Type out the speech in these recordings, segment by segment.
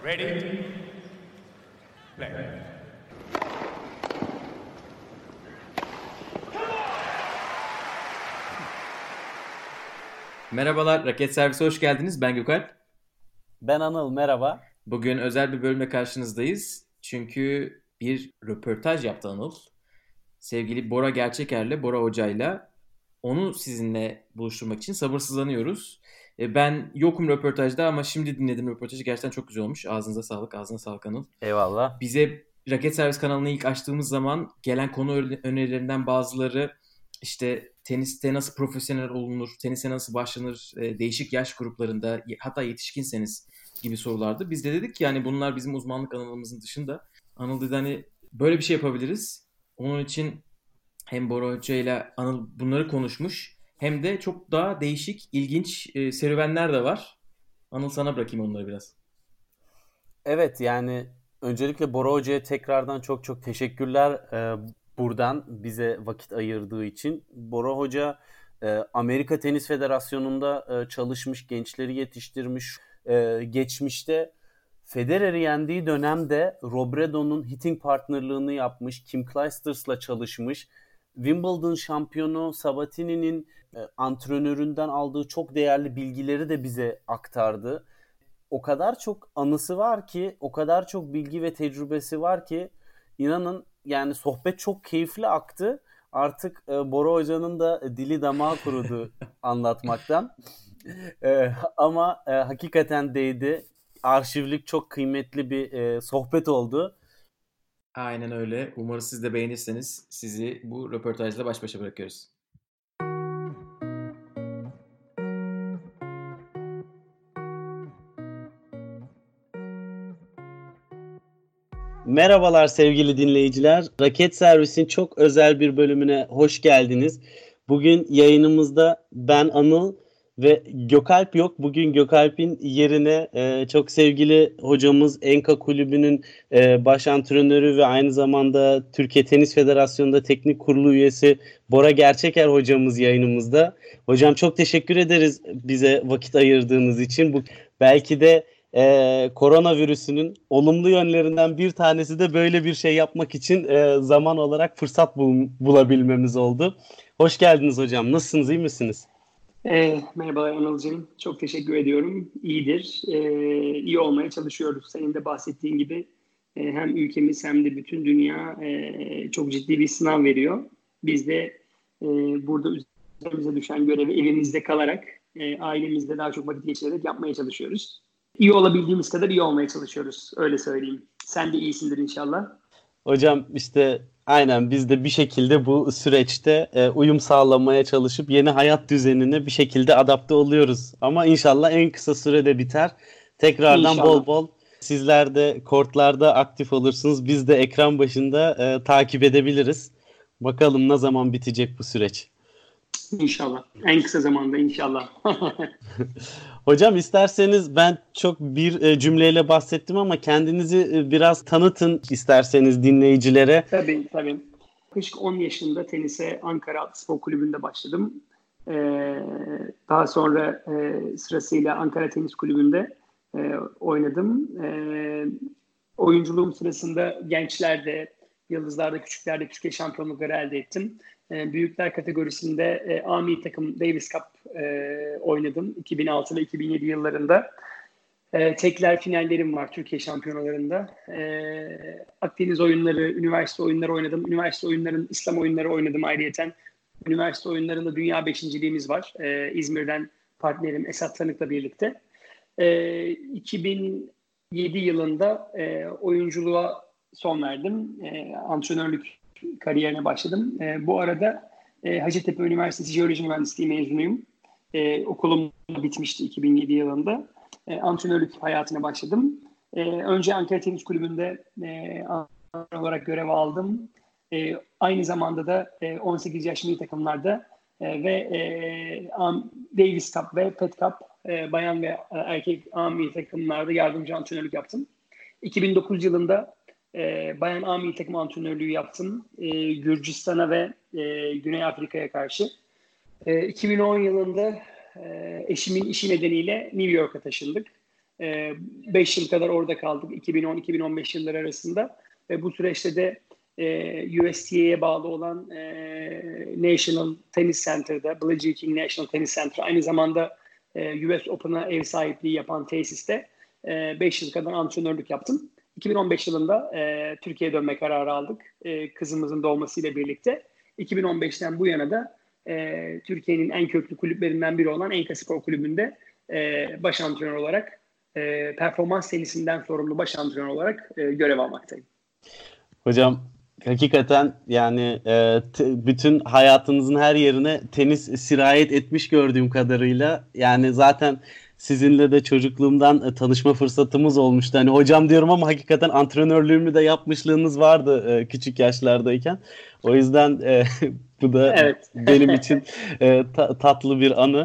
Ready? Play. Merhabalar, Raket Servise hoş geldiniz. Ben Gökalp. Ben Anıl, merhaba. Bugün özel bir bölümle karşınızdayız. Çünkü bir röportaj yaptı Anıl. Sevgili Bora Gerçeker'le, Bora Hoca'yla onu sizinle buluşturmak için sabırsızlanıyoruz. Ben yokum röportajda ama şimdi dinledim röportajı. Gerçekten çok güzel olmuş. Ağzınıza sağlık, ağzına sağlık Anıl. Eyvallah. Bize Raket Servis kanalını ilk açtığımız zaman gelen konu önerilerinden bazıları işte teniste nasıl profesyonel olunur, tenise nasıl başlanır, değişik yaş gruplarında hatta yetişkinseniz gibi sorulardı. Biz de dedik ki yani bunlar bizim uzmanlık alanımızın dışında. Anıl dedi hani böyle bir şey yapabiliriz. Onun için hem Bora Hoca ile Anıl bunları konuşmuş hem de çok daha değişik, ilginç serüvenler de var. Anıl sana bırakayım onları biraz. Evet yani öncelikle Bora Hoca'ya tekrardan çok çok teşekkürler buradan bize vakit ayırdığı için. Bora Hoca Amerika Tenis Federasyonu'nda çalışmış, gençleri yetiştirmiş. Geçmişte Federer'i yendiği dönemde Robredo'nun hitting partnerlığını yapmış, Kim Clijsters'la çalışmış. Wimbledon şampiyonu Sabatini'nin antrenöründen aldığı çok değerli bilgileri de bize aktardı. O kadar çok anısı var ki, o kadar çok bilgi ve tecrübesi var ki inanın yani sohbet çok keyifli aktı. Artık Bora Hoca'nın da dili damağı kurudu anlatmaktan. Ama hakikaten değdi. Arşivlik çok kıymetli bir sohbet oldu. Aynen öyle. Umarız siz de beğenirseniz sizi bu röportajla baş başa bırakıyoruz. Merhabalar sevgili dinleyiciler. Raket Servis'in çok özel bir bölümüne hoş geldiniz. Bugün yayınımızda ben Anıl ve Gökalp yok. Bugün Gökalp'in yerine çok sevgili hocamız Enka Kulübü'nün baş antrenörü ve aynı zamanda Türkiye Tenis Federasyonu'nda teknik kurulu üyesi Bora Gerçeker hocamız yayınımızda. Hocam çok teşekkür ederiz bize vakit ayırdığınız için. Bu belki de koronavirüsünün olumlu yönlerinden bir tanesi de böyle bir şey yapmak için zaman olarak fırsat bulabilmemiz oldu. Hoş geldiniz hocam. Nasılsınız? İyi misiniz? Merhabalar Anılcığım. Çok teşekkür ediyorum. İyidir. İyi olmaya çalışıyoruz. Senin de bahsettiğin gibi hem ülkemiz hem de bütün dünya çok ciddi bir sınav veriyor. Biz de burada üzerimize düşen görevi evimizde kalarak, ailemizde daha çok vakit geçirerek yapmaya çalışıyoruz. İyi olabildiğimiz kadar iyi olmaya çalışıyoruz. Öyle söyleyeyim. Sen de iyisindir inşallah. Hocam işte aynen biz de bir şekilde bu süreçte uyum sağlamaya çalışıp yeni hayat düzenine bir şekilde adapte oluyoruz. Ama inşallah en kısa sürede biter. Tekrardan İnşallah. bol bol sizler de kortlarda aktif olursunuz. Biz de ekran başında takip edebiliriz. Bakalım ne zaman bitecek bu süreç. İnşallah. En kısa zamanda inşallah. Hocam isterseniz ben çok bir cümleyle bahsettim ama kendinizi biraz tanıtın isterseniz dinleyicilere. Tabii, tabii. Yaklaşık 10 yaşında tenise Ankara Spor Kulübü'nde başladım. Daha sonra sırasıyla Ankara Tenis Kulübü'nde oynadım. Oyunculuğum sırasında gençlerde, yıldızlarda, küçüklerde Türkiye şampiyonlukları elde ettim. Büyükler kategorisinde A milli takım Davis Cup oynadım 2006 ile 2007 yıllarında. Tekler finallerim var Türkiye şampiyonalarında. Akdeniz oyunları, üniversite oyunları oynadım. Üniversite oyunlarının İslam oyunları oynadım ayrıyeten. Üniversite oyunlarında dünya beşinciliğimiz var. İzmir'den partnerim Esat Tanık'la birlikte. 2007 yılında oyunculuğa son verdim. Antrenörlük kariyerine başladım. Bu arada Hacettepe Üniversitesi Jeoloji Mühendisliği mezunuyum. Okulum bitmişti 2007 yılında. Antrenörlük hayatına başladım. Önce Ankara Tenis Kulübü'nde antrenör olarak görev aldım. Aynı zamanda da 18 yaş milli takımlarda ve Davis Cup ve Pet Cup bayan ve erkek A milli takımlarda yardımcı antrenörlük yaptım. 2009 yılında bayan A milli takım antrenörlüğü yaptım. Gürcistan'a ve Güney Afrika'ya karşı. 2010 yılında eşimin işi nedeniyle New York'a taşındık. 5 yıl kadar orada kaldık 2010-2015 yılları arasında ve bu süreçte de USTA'ya bağlı olan National Tennis Center'da, Billie Jean King National Tennis Center, aynı zamanda US Open'a ev sahipliği yapan tesiste 5 yıl kadar antrenörlük yaptım. 2015 yılında Türkiye'ye dönme kararı aldık kızımızın doğmasıyla birlikte. 2015'ten bu yana da Türkiye'nin en köklü kulüplerinden biri olan Enka Spor Kulübü'nde baş antrenör olarak, performans tenisinden sorumlu baş antrenör olarak görev almaktayım. Hocam hakikaten yani bütün hayatınızın her yerine tenis sirayet etmiş gördüğüm kadarıyla. Yani zaten sizinle de çocukluğumdan tanışma fırsatımız olmuştu. Hani hocam diyorum ama hakikaten antrenörlüğümü de yapmışlığınız vardı küçük yaşlardayken. O yüzden bu da evet, benim için tatlı bir anı.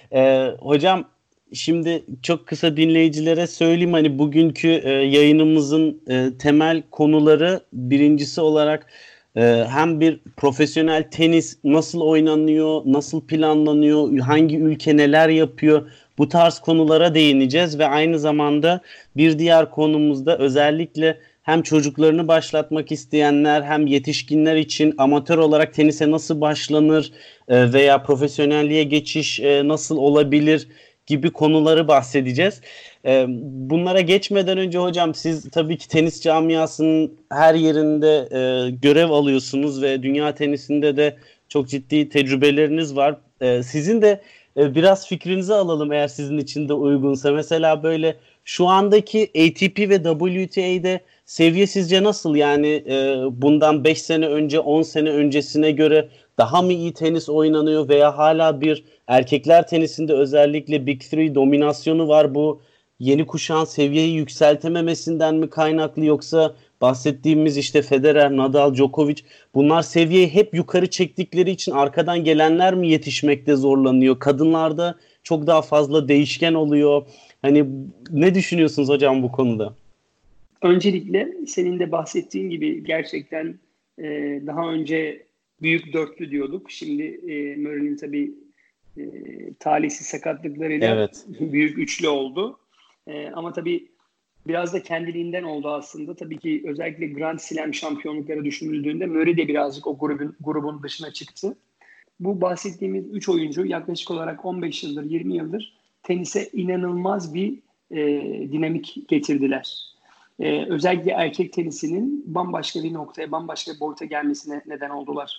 Hocam şimdi çok kısa dinleyicilere söyleyeyim, hani bugünkü yayınımızın temel konuları birincisi olarak hem bir profesyonel tenis nasıl oynanıyor, nasıl planlanıyor, hangi ülke neler yapıyor, bu tarz konulara değineceğiz ve aynı zamanda bir diğer konumuzda özellikle hem çocuklarını başlatmak isteyenler hem yetişkinler için amatör olarak tenise nasıl başlanır veya profesyonelliğe geçiş nasıl olabilir gibi konuları bahsedeceğiz. Bunlara geçmeden önce hocam, siz tabii ki tenis camiasının her yerinde görev alıyorsunuz ve dünya tenisinde de çok ciddi tecrübeleriniz var. Sizin de biraz fikrinizi alalım eğer sizin için de uygunsa. Mesela böyle şu andaki ATP ve WTA'de seviye sizce nasıl? Yani bundan 5 sene önce, 10 sene öncesine göre daha mı iyi tenis oynanıyor veya hala bir erkekler tenisinde özellikle Big Three dominasyonu var? Bu yeni kuşağın seviyeyi yükseltememesinden mi kaynaklı, yoksa bahsettiğimiz işte Federer, Nadal, Djokovic, bunlar seviyeyi hep yukarı çektikleri için arkadan gelenler mi yetişmekte zorlanıyor? Kadınlarda çok daha fazla değişken oluyor. Hani ne düşünüyorsunuz hocam bu konuda? Öncelikle senin de bahsettiğin gibi gerçekten daha önce büyük dörtlü diyorduk. Şimdi Murray'nin tabii talihsiz sakatlıklarıyla evet, büyük üçlü oldu. Ama tabii biraz da kendiliğinden oldu aslında. Tabii ki özellikle Grand Slam şampiyonlukları düşünüldüğünde Murray de birazcık o grubun dışına çıktı. Bu bahsettiğimiz 3 oyuncu yaklaşık olarak 15 yıldır, 20 yıldır tenise inanılmaz bir dinamik getirdiler. Özellikle erkek tenisinin bambaşka bir noktaya, bambaşka bir boyuta gelmesine neden oldular.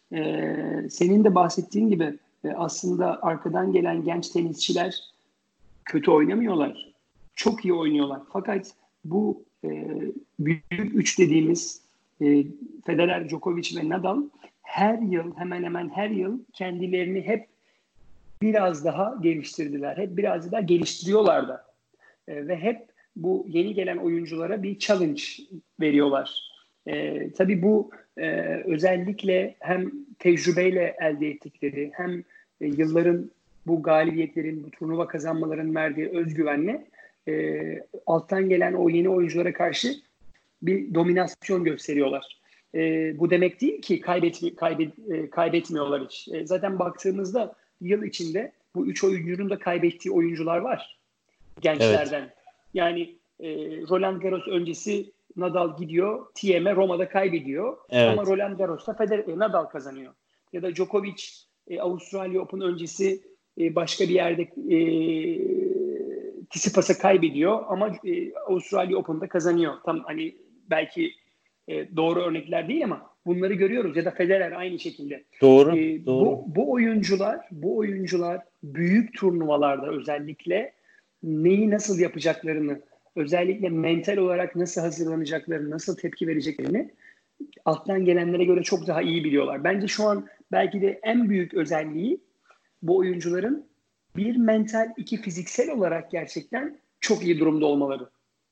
Senin de bahsettiğin gibi aslında arkadan gelen genç tenisçiler kötü oynamıyorlar. Çok iyi oynuyorlar. Fakat bu büyük üç dediğimiz Federer, Djokovic ve Nadal her yıl, hemen hemen her yıl kendilerini hep biraz daha geliştirdiler. Hep biraz daha geliştiriyorlar da. Ve hep bu yeni gelen oyunculara bir challenge veriyorlar. Tabii bu özellikle hem tecrübeyle elde ettikleri hem yılların bu galibiyetlerin, bu turnuva kazanmaların verdiği özgüvenle alttan gelen o yeni oyunculara karşı bir dominasyon gösteriyorlar. Bu demek değil ki kaybetmiyorlar hiç. Zaten baktığımızda yıl içinde bu 3 oyuncunun da kaybettiği oyuncular var gençlerden. Evet. Yani Roland Garros öncesi Nadal gidiyor, Thiem'e Roma'da kaybediyor. Evet. Ama Roland Garros'ta Nadal kazanıyor. Ya da Djokovic Avustralya Open öncesi başka bir yerde Tsitsipas'a kaybediyor ama Avustralya Open'da kazanıyor. Tam hani belki doğru örnekler değil ama bunları görüyoruz. Ya da Federer aynı şekilde. Doğru. Doğru. Bu oyuncular büyük turnuvalarda özellikle neyi nasıl yapacaklarını, özellikle mental olarak nasıl hazırlanacaklarını, nasıl tepki vereceklerini alttan gelenlere göre çok daha iyi biliyorlar. Bence şu an belki de en büyük özelliği bu oyuncuların bir mental, iki fiziksel olarak gerçekten çok iyi durumda olmaları.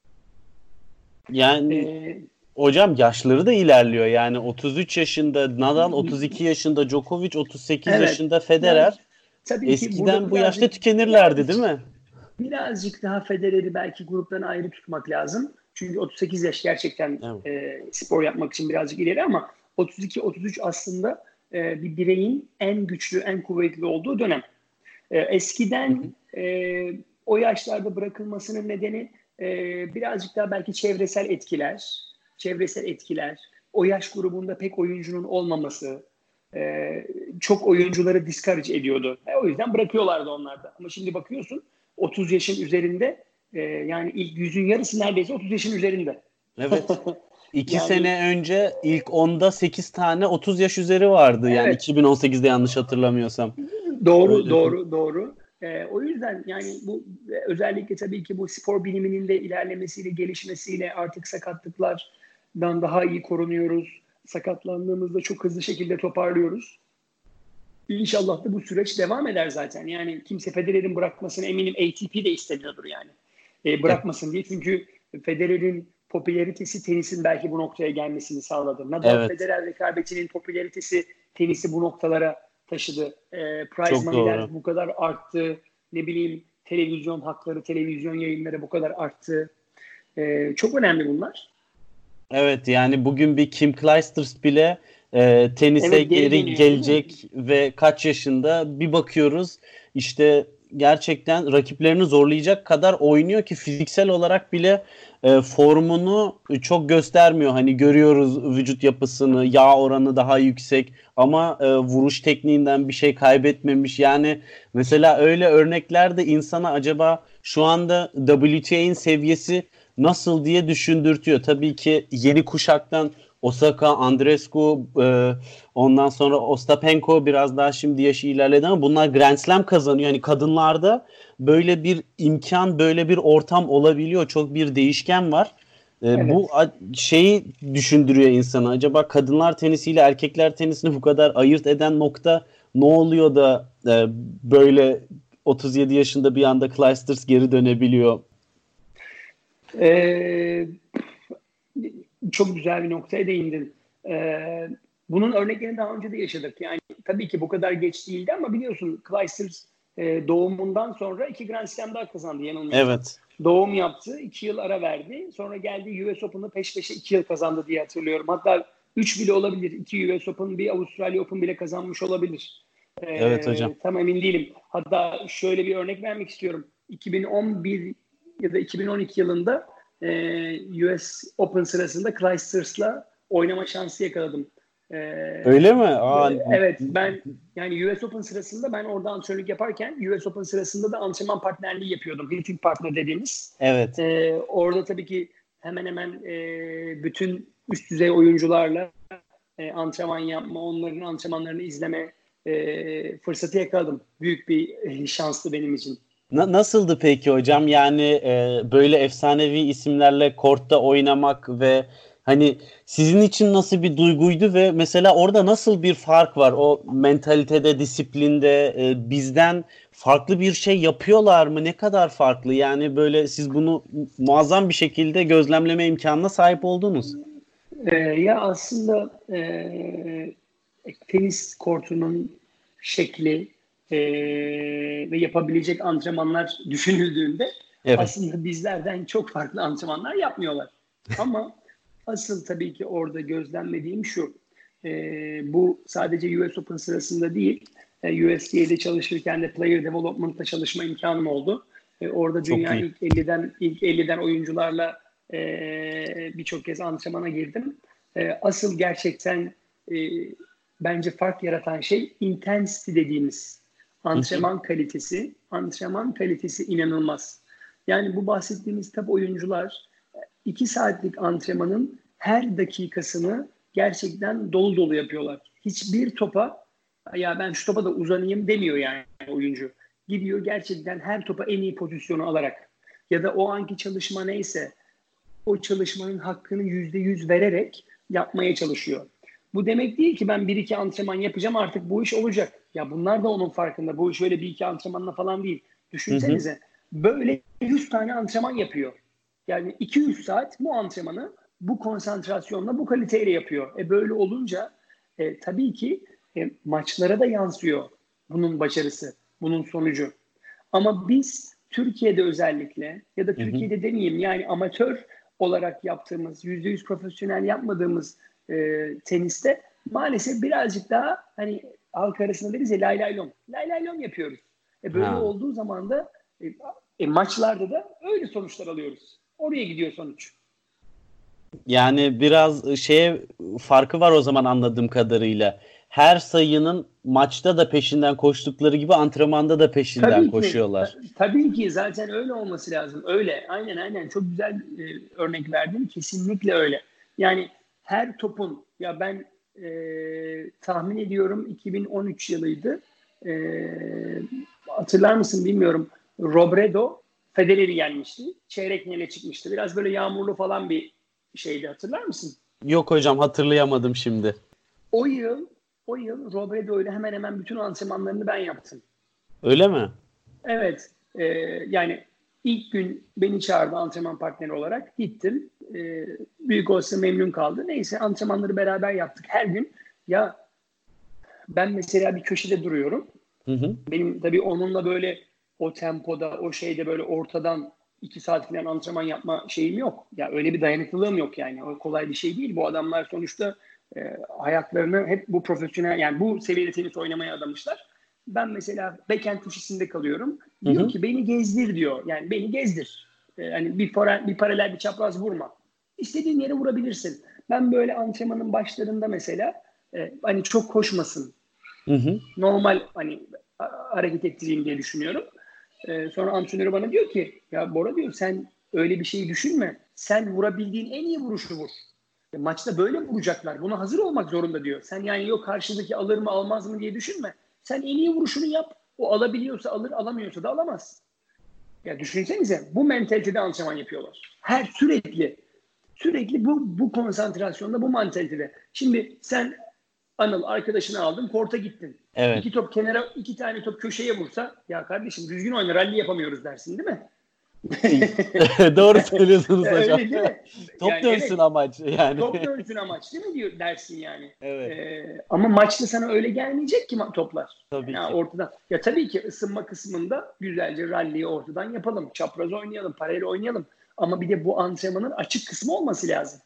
Yani hocam yaşları da ilerliyor. Yani 33 yaşında Nadal, 32 yaşında Djokovic, 38 evet, yaşında Federer. Yani, tabii eskiden bu yaşta tükenirlerdi değil mi? Birazcık daha Federer'i belki gruptan ayrı tutmak lazım. Çünkü 38 yaş gerçekten spor yapmak için birazcık ileri ama 32-33 aslında bir bireyin en güçlü, en kuvvetli olduğu dönem. Eskiden O yaşlarda bırakılmasının nedeni birazcık daha belki çevresel etkiler, o yaş grubunda pek oyuncunun olmaması, çok oyuncuları discourage ediyordu. O yüzden bırakıyorlardı onlar da. Ama şimdi bakıyorsun 30 yaşın üzerinde, yani ilk yüzün yarısı neredeyse 30 yaşın üzerinde. Evet. 2 Yani- sene önce ilk 10'da 8 tane 30 yaş üzeri vardı. Yani Evet. 2018'de yanlış hatırlamıyorsam. Doğru. O yüzden yani bu özellikle tabii ki bu spor biliminin de ilerlemesiyle, gelişmesiyle artık sakatlıklardan daha iyi korunuyoruz. Sakatlandığımızda çok hızlı şekilde toparlıyoruz. İnşallah da bu süreç devam eder zaten. Yani kimse Federer'in bırakmasını, eminim ATP de istemiyordur yani. Bırakmasın diye. Çünkü Federer'in popülaritesi tenisin belki bu noktaya gelmesini sağladı. Nadal-Federer rekabetinin popülaritesi tenisi bu noktalara taşıdı. Prize Çok money'ler doğru. bu kadar arttı. Ne bileyim, televizyon hakları, televizyon yayınları bu kadar arttı. Çok önemli bunlar. Evet, yani bugün bir Kim Clijsters bile tenise Evet, geri geri dönüyor, gelecek ve kaç yaşında, bir bakıyoruz işte gerçekten rakiplerini zorlayacak kadar oynuyor ki fiziksel olarak bile formunu çok göstermiyor. Hani görüyoruz vücut yapısını, yağ oranı daha yüksek ama vuruş tekniğinden bir şey kaybetmemiş. Yani mesela öyle örnekler de insana acaba şu anda WTA'nin seviyesi nasıl diye düşündürtüyor. Tabii ki yeni kuşaktan Osaka, Andreescu, ondan sonra Ostapenko biraz daha şimdi yaşı ilerledi ama bunlar Grand Slam kazanıyor. Yani kadınlarda böyle bir imkan, böyle bir ortam olabiliyor. Çok bir değişken var. Evet. Bu şeyi düşündürüyor insanı. Acaba kadınlar tenisiyle erkekler tenisini bu kadar ayırt eden nokta ne oluyor da böyle 37 yaşında bir anda Clijsters geri dönebiliyor? Çok güzel bir noktaya değindin. Bunun örneklerini daha önce de yaşadık. Yani tabii ki bu kadar geç değildi ama biliyorsun Clijsters doğumundan sonra 2 Grand Slam daha kazandı yanılmıyorsam. Evet. Doğum yaptı, 2 yıl ara verdi. Sonra geldi US Open'ı peş peşe 2 yıl kazandı diye hatırlıyorum. Hatta 3 bile olabilir. 2 US Open, bir Avustralya Open bile kazanmış olabilir. Evet hocam. Tam emin değilim. Hatta şöyle bir örnek vermek istiyorum. 2011 ya da 2012 yılında US Open sırasında Clijsters'la oynama şansı yakaladım. Öyle mi? Evet, ben yani US Open sırasında ben orada antrenörlük yaparken US Open sırasında da antrenman partnerliği yapıyordum. Hitting partner dediğimiz. Evet. Orada tabii ki hemen hemen bütün üst düzey oyuncularla antrenman yapma, onların antrenmanlarını izleme fırsatı yakaladım. Büyük bir şanstı benim için. Nasıldı peki hocam? Yani böyle efsanevi isimlerle kortta oynamak ve hani sizin için nasıl bir duyguydu ve mesela orada nasıl bir fark var? O mentalitede, disiplinde bizden farklı bir şey yapıyorlar mı? Ne kadar farklı? Yani böyle siz bunu muazzam bir şekilde gözlemleme imkanına sahip oldunuz. Ya aslında tenis kortunun şekli ve yapabilecek antrenmanlar düşünüldüğünde Evet. aslında bizlerden çok farklı antrenmanlar yapmıyorlar. Ama asıl tabii ki orada gözlemlediğim şu, bu sadece US Open sırasında değil, USDA'de çalışırken de Player Development'ta çalışma imkanım oldu. Orada Çok dünya iyi. ilk 50'den oyuncularla birçok kez antrenmana girdim. Asıl gerçekten bence fark yaratan şey intensity dediğimiz antrenman kalitesi. Antrenman kalitesi inanılmaz. Yani bu bahsettiğimiz top oyuncular 2 saatlik antrenmanın her dakikasını gerçekten dolu dolu yapıyorlar. Hiçbir topa ya ben şu topa da uzanayım demiyor yani oyuncu. Gidiyor gerçekten her topa en iyi pozisyonu alarak ya da o anki çalışma neyse o çalışmanın hakkını %100 vererek yapmaya çalışıyor. Bu demek değil ki ben 1-2 antrenman yapacağım artık bu iş olacak. Ya bunlar da onun farkında. Bu iş öyle 1-2 antrenmanla falan değil. Düşünsenize böyle 100 tane antrenman yapıyor. Yani 200 saat bu antrenmanı bu konsantrasyonla, bu kaliteyle yapıyor. Böyle olunca tabii ki maçlara da yansıyor bunun başarısı, bunun sonucu. Ama biz Türkiye'de özellikle ya da Türkiye'de demeyeyim yani amatör olarak yaptığımız, %100 profesyonel yapmadığımız teniste maalesef birazcık daha hani halk arasında deriz ya lay lay lom. Lay lay lom yapıyoruz. Böyle Ha. olduğu zaman da Maçlarda da öyle sonuçlar alıyoruz. Oraya gidiyor sonuç. Yani biraz farkı var o zaman anladığım kadarıyla. Her sayının maçta da peşinden koştukları gibi antrenmanda da peşinden Tabii ki, koşuyorlar. tabii ki zaten öyle olması lazım. Öyle. Aynen. Çok güzel örnek verdin. Kesinlikle öyle. Yani her topun, ya ben tahmin ediyorum 2013 yılıydı. Hatırlar mısın bilmiyorum. Robredo Federer'i yenmişti. Çeyrek finale çıkmıştı. Biraz böyle yağmurlu falan bir şeydi. Hatırlar mısın? Yok hocam, hatırlayamadım şimdi. O yıl Robredo ile hemen hemen bütün antrenmanlarını ben yaptım. Öyle mi? Evet. Yani ilk gün beni çağırdı antrenman partneri olarak. Gittim. Büyük olsa memnun kaldı. Neyse antrenmanları beraber yaptık. Her gün ya ben mesela bir köşede duruyorum. Hı. Benim tabii onunla böyle o tempoda, o şeyde böyle ortadan 2 saat falan antrenman yapma şeyim yok. Ya öyle bir dayanıklılığım yok yani. O kolay bir şey değil. Bu adamlar sonuçta hayatlarını hep bu profesyonel, yani bu seviyede tenis oynamaya adamışlar. Ben mesela backhand köşesinde kalıyorum. Diyor ki beni gezdir diyor. Yani beni gezdir. Hani bir paralel bir çapraz vurma. İstediğin yere vurabilirsin. Ben böyle antrenmanın başlarında mesela hani çok koşmasın. Hı. Normal hani hareket ettireyim diye düşünüyorum. Sonra antrenörü bana diyor ki ya Bora diyor sen öyle bir şeyi düşünme. Sen vurabildiğin en iyi vuruşu vur. Maçta böyle vuracaklar. Buna hazır olmak zorunda diyor. Sen yani yok karşıdaki alır mı almaz mı diye düşünme. Sen en iyi vuruşunu yap. O alabiliyorsa alır, alamıyorsa da alamaz. Ya düşünsenize bu mentalitede antrenman yapıyorlar. Sürekli bu konsantrasyonda, bu mantalitede. Şimdi sen Anıl arkadaşını aldın, korta gittin. Evet. İki top kenara, 2 tane top köşeye vursa ya kardeşim düzgün oyna, rally yapamıyoruz dersin değil mi? Doğru söylüyorsunuz hocam. Öyle değil mi? Top Yani dönsün evet, amaç yani. top dönsün amaç değil mi diyor dersin yani. Evet. Ama maçta sana öyle gelmeyecek ki toplar. Tabii Yani ki. ortadan. Ya tabii ki ısınma kısmında güzelce rally'yi ortadan yapalım. Çapraz oynayalım, paralel oynayalım. Ama bir de bu antrenmanın açık kısmı olması lazım.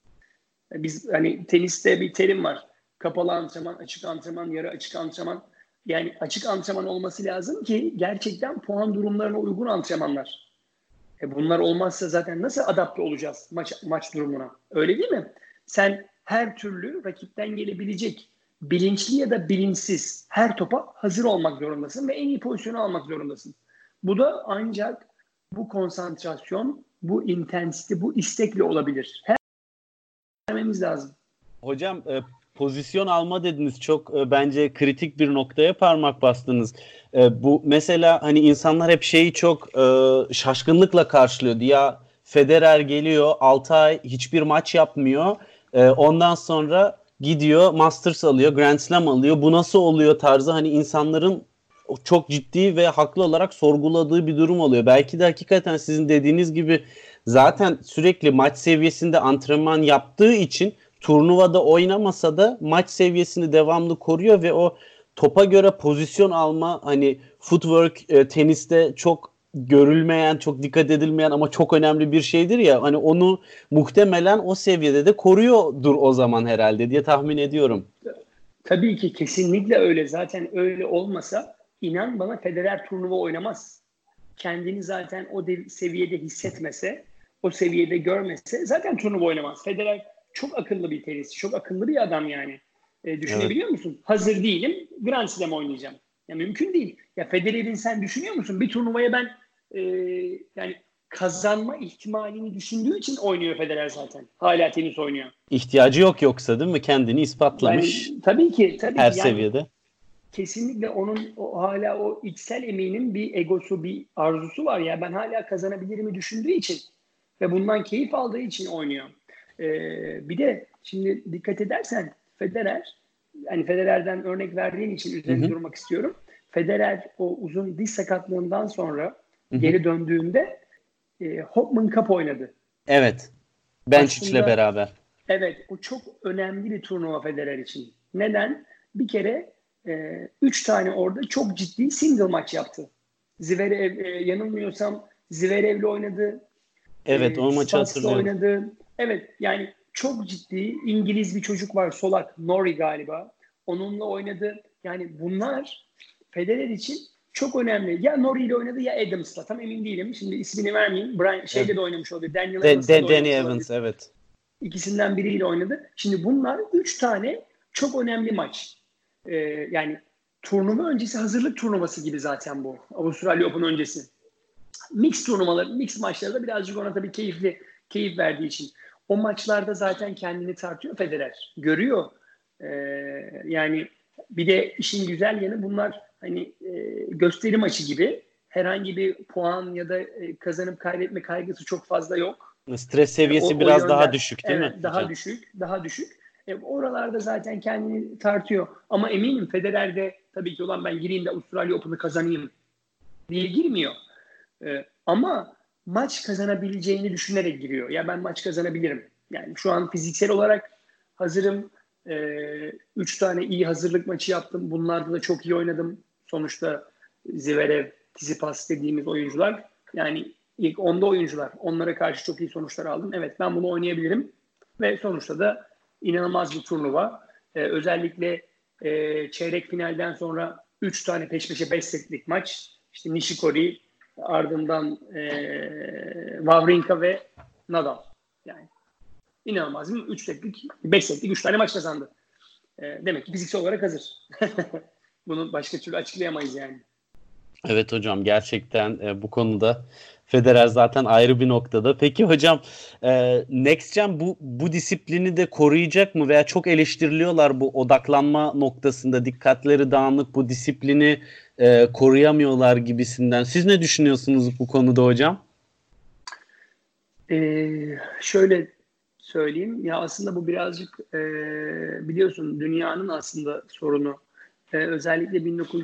Biz hani teniste bir terim var. Kapalı antrenman, açık antrenman, yarı açık antrenman. Yani açık antrenman olması lazım ki gerçekten puan durumlarına uygun antrenmanlar. Bunlar olmazsa zaten nasıl adapte olacağız maç durumuna? Öyle değil mi? Sen her türlü rakipten gelebilecek bilinçli ya da bilinçsiz her topa hazır olmak zorundasın ve en iyi pozisyonu almak zorundasın. Bu da ancak bu konsantrasyon, bu intensite, bu istekle olabilir. Vermemiz lazım. Hocam pozisyon alma dediniz, çok bence kritik bir noktaya parmak bastınız. Bu mesela hani insanlar hep şeyi çok şaşkınlıkla karşılıyordu. Ya Federer geliyor 6 ay hiçbir maç yapmıyor. Ondan sonra gidiyor Masters alıyor, Grand Slam alıyor. Bu nasıl oluyor tarzı hani insanların çok ciddi ve haklı olarak sorguladığı bir durum oluyor. Belki de hakikaten sizin dediğiniz gibi zaten sürekli maç seviyesinde antrenman yaptığı için turnuvada oynamasa da maç seviyesini devamlı koruyor ve o topa göre pozisyon alma, hani footwork teniste çok görülmeyen, çok dikkat edilmeyen ama çok önemli bir şeydir ya, hani onu muhtemelen o seviyede de koruyordur o zaman herhalde diye tahmin ediyorum. Tabii ki kesinlikle öyle. Zaten öyle olmasa inan bana Federer turnuva oynamaz. Kendini zaten o seviyede hissetmese, o seviyede görmese zaten turnuva oynamaz. Federer çok akıllı bir tenisçi, çok akıllı bir adam yani. Düşünebiliyor musun? Hazır değilim, Grand Slam oynayacağım. Ya mümkün değil. Ya Federer'in sen düşünüyor musun? Bir turnuvaya ben yani kazanma ihtimalini düşündüğü için oynuyor Federer zaten. Hala tenis oynuyor. İhtiyacı yok yoksa, değil mi? Kendini ispatlamış Yani tabii ki her yani seviyede. kesinlikle onun hala o içsel emeğinin bir egosu, bir arzusu var ya, ben hala kazanabilirimi düşündüğü için ve bundan keyif aldığı için oynuyor. Bir de şimdi dikkat edersen Federer, hani Federer'den örnek verdiğin için üzerinde durmak istiyorum. Federer o uzun diz sakatlığından sonra geri döndüğünde Hopman Cup oynadı. Evet. Bencic ile Aslında beraber. evet, o çok önemli bir turnuva Federer için. Neden? Bir kere 3 tane orada çok ciddi single maç yaptı. Zverev, yanılmıyorsam Zverev'le oynadı. Evet, o maçı Spass'la hatırlıyorum. oynadı. Evet, yani çok ciddi İngiliz bir çocuk var, solak, Norrie galiba. Onunla oynadı. Yani bunlar Federer için çok önemli. Ya Norrie ile oynadı ya Adams'la. Tam emin değilim. Şimdi ismini vermeyeyim. Brian şeyle de oynamış olabilir. Daniel Evans'la da oynamış Danny olabilir. Evans, evet. İkisinden biriyle oynadı. Şimdi bunlar 3 tane çok önemli maç. Yani turnuva öncesi hazırlık turnuvası gibi zaten bu. Avustralya Open öncesi. Mix maçlarda birazcık ona tabii keyif verdiği için. O maçlarda zaten kendini tartıyor Federer. Görüyor. Yani bir de işin güzel yanı bunlar hani gösteri maçı gibi. Herhangi bir puan ya da kazanıp kaybetme kaygısı çok fazla yok. Stres seviyesi biraz daha düşük değil mi? Evet, daha düşük. Oralarda zaten kendini tartıyor. Ama eminim Federer'de tabii ki olan ben gireyim de Avustralya Open'ı kazanayım diye girmiyor. Ama maç kazanabileceğini düşünerek giriyor. Ya ben maç kazanabilirim. Yani şu an fiziksel olarak hazırım. 3 tane iyi hazırlık maçı yaptım. Bunlarda da çok iyi oynadım. Sonuçta Zverev, Tsitsipas dediğimiz oyuncular. Yani ilk 10'da oyuncular. Onlara karşı çok iyi sonuçlar aldım. Evet ben bunu oynayabilirim. Ve sonuçta da inanılmaz bir turnuva. Özellikle çeyrek finalden sonra 3 tane peş peşe 5 setlik maç. İşte Nishikori, ardından Wawrinka ve Nadal. Yani inanılmaz bir 3 setlik, 5 setlik 3 tane maç kazandı. Demek ki fiziksel olarak hazır. Bunu başka türlü açıklayamayız yani. Evet hocam, gerçekten bu konuda Federer zaten ayrı bir noktada. Peki hocam, Next Gen bu disiplini de koruyacak mı veya çok eleştiriliyorlar bu odaklanma noktasında, dikkatleri dağınık, bu disiplini koruyamıyorlar gibisinden. Siz ne düşünüyorsunuz bu konuda hocam? Şöyle söyleyeyim ya, aslında bu birazcık biliyorsun dünyanın aslında sorunu. Özellikle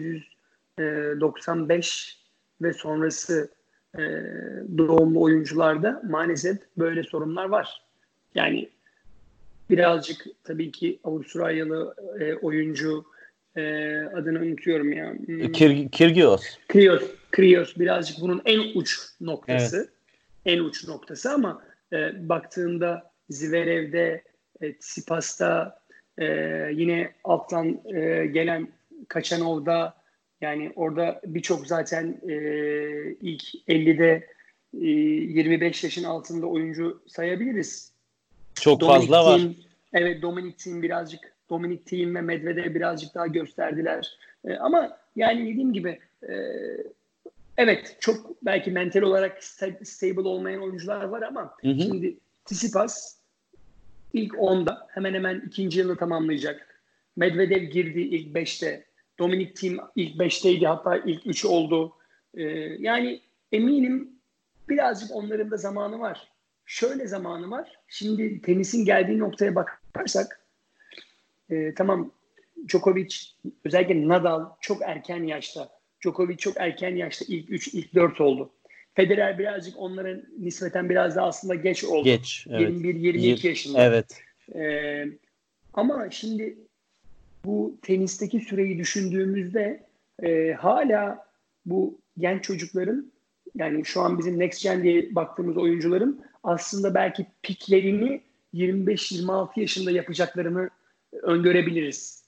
1995 ve sonrası doğumlu oyuncularda maalesef böyle sorunlar var. Yani birazcık tabii ki Avustralyalı oyuncu adını unutuyorum ya. Kyrgios. Kyrgios birazcık bunun en uç noktası. Evet. En uç noktası ama baktığında Zverev'de, Tsitsipas'ta, yine alttan gelen Kaçanov'da, yani orada birçok zaten ilk 50'de 25 yaşın altında oyuncu sayabiliriz. Çok Dominic fazla var. Thiem, evet Dominic Thiem ve Medvedev birazcık daha gösterdiler. Ama yani dediğim gibi evet çok belki mental olarak stable olmayan oyuncular var ama şimdi Tsitsipas ilk 10'da hemen hemen ikinci yılını tamamlayacak. Medvedev girdi ilk 5'te. Dominic Thiem ilk 5'teydi, hatta ilk 3 oldu. Yani eminim birazcık onların da zamanı var. Şöyle zamanı var. Şimdi tenisin geldiği noktaya bakarsak tamam, Djokovic, özellikle Nadal çok erken yaşta. Djokovic çok erken yaşta ilk 3, ilk 4 oldu. Federer birazcık onların nispeten biraz daha aslında geç oldu. Geç, evet. 21-22 yaşında. Evet. Ama şimdi bu tenisteki süreyi düşündüğümüzde hala bu genç çocukların, yani şu an bizim Next Gen diye baktığımız oyuncuların aslında belki piklerini 25-26 yaşında yapacaklarını öngörebiliriz.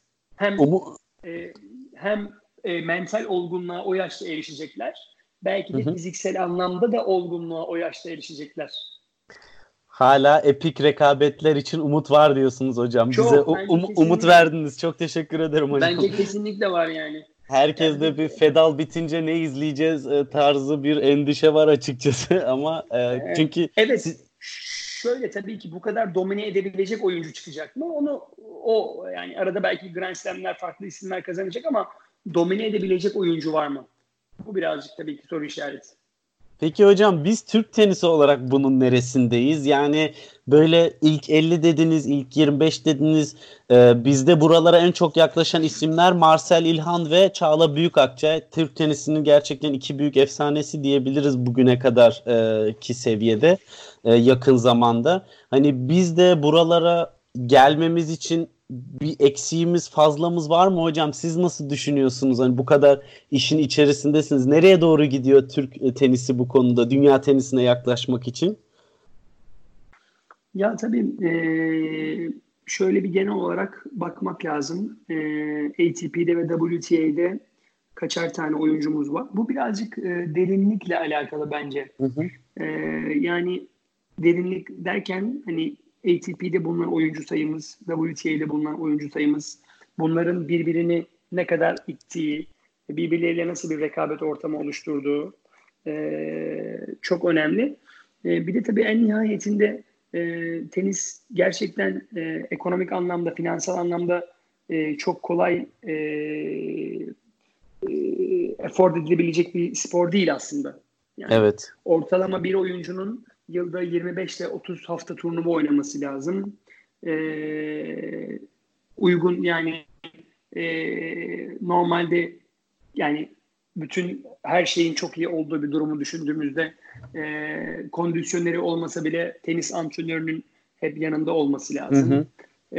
Hem mental olgunluğa o yaşta erişecekler. Belki de fiziksel anlamda da olgunluğa o yaşta erişecekler. Hala epik rekabetler için umut var diyorsunuz hocam. Bize umut verdiniz. Çok teşekkür ederim hocam. Bence kesinlikle var yani. Herkes de bir Fedal bitince ne izleyeceğiz tarzı bir endişe var açıkçası ama çünkü evet. Şöyle, tabii ki bu kadar domine edebilecek oyuncu çıkacak mı? O yani arada belki Grand Slam'ler, farklı isimler kazanacak ama domine edebilecek oyuncu var mı? Bu birazcık tabii ki soru işareti. Peki hocam, biz Türk tenisi olarak bunun neresindeyiz? Yani böyle ilk 50 dediniz, ilk 25 dediniz. Bizde buralara en çok yaklaşan isimler Marcel İlhan ve Çağla Büyükakçay. Türk tenisinin gerçekten iki büyük efsanesi diyebiliriz bugüne kadar ki seviyede yakın zamanda. Hani biz de buralara gelmemiz için bir eksiğimiz, fazlamız var mı hocam? Siz nasıl düşünüyorsunuz? Hani bu kadar işin içerisindesiniz. Nereye doğru gidiyor Türk tenisi bu konuda, dünya tenisine yaklaşmak için? Ya tabii şöyle bir genel olarak bakmak lazım. ATP'de ve WTA'de kaçar tane oyuncumuz var. Bu birazcık derinlikle alakalı bence. Hı hı. Yani derinlik derken hani ATP'de bulunan oyuncu sayımız, WTA'de bulunan oyuncu sayımız, bunların birbirini ne kadar ittiği, birbirleriyle nasıl bir rekabet ortamı oluşturduğu çok önemli. Bir de tabii en nihayetinde tenis gerçekten ekonomik anlamda, finansal anlamda çok kolay afford edilebilecek bir spor değil aslında. Yani Evet. ortalama bir oyuncunun yılda 25 ile 30 hafta turnuva oynaması lazım. Uygun yani normalde yani bütün her şeyin çok iyi olduğu bir durumu düşündüğümüzde kondisyoneri olmasa bile tenis antrenörünün hep yanında olması lazım. Hı hı.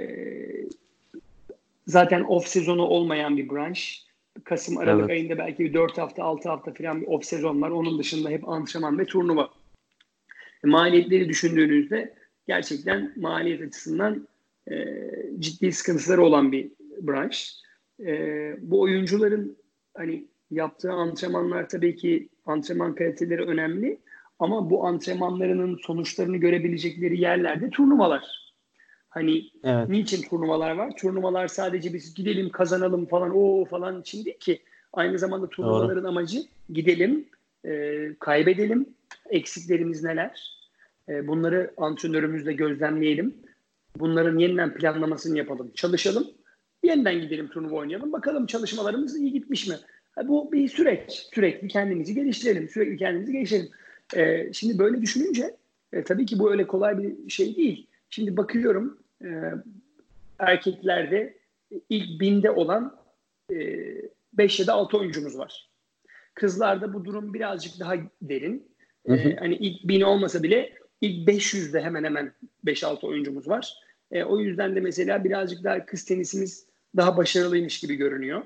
Zaten off sezonu olmayan bir branş. Kasım, Aralık Evet. ayında belki 4 hafta, 6 hafta falan bir off sezon var. Onun dışında hep antrenman ve turnuva. Maliyetleri düşündüğünüzde gerçekten maliyet açısından ciddi sıkıntıları olan bir branş. Bu oyuncuların hani yaptığı antrenmanlar tabii ki antrenman kaliteleri önemli ama bu antrenmanlarının sonuçlarını görebilecekleri yerlerde turnuvalar. Hani Evet. niçin turnuvalar var? Turnuvalar sadece biz gidelim kazanalım falan için değil ki. Aynı zamanda turnuvaların amacı gidelim, kaybedelim, eksiklerimiz neler? Bunları antrenörümüzle gözlemleyelim. Bunların yeniden planlamasını yapalım, çalışalım. Yeniden gidelim turnuva oynayalım. Bakalım çalışmalarımız iyi gitmiş mi? Bu bir süreç. Sürekli kendimizi geliştirelim. Şimdi böyle düşününce tabii ki bu öyle kolay bir şey değil. Şimdi bakıyorum erkeklerde ilk 1000'de olan 5 ya da 6 oyuncumuz var. Kızlarda bu durum birazcık daha derin. Hani ilk 1000 olmasa bile ilk 500'de hemen hemen 5-6 oyuncumuz var. O yüzden de mesela birazcık daha kız tenisimiz daha başarılıymış gibi görünüyor.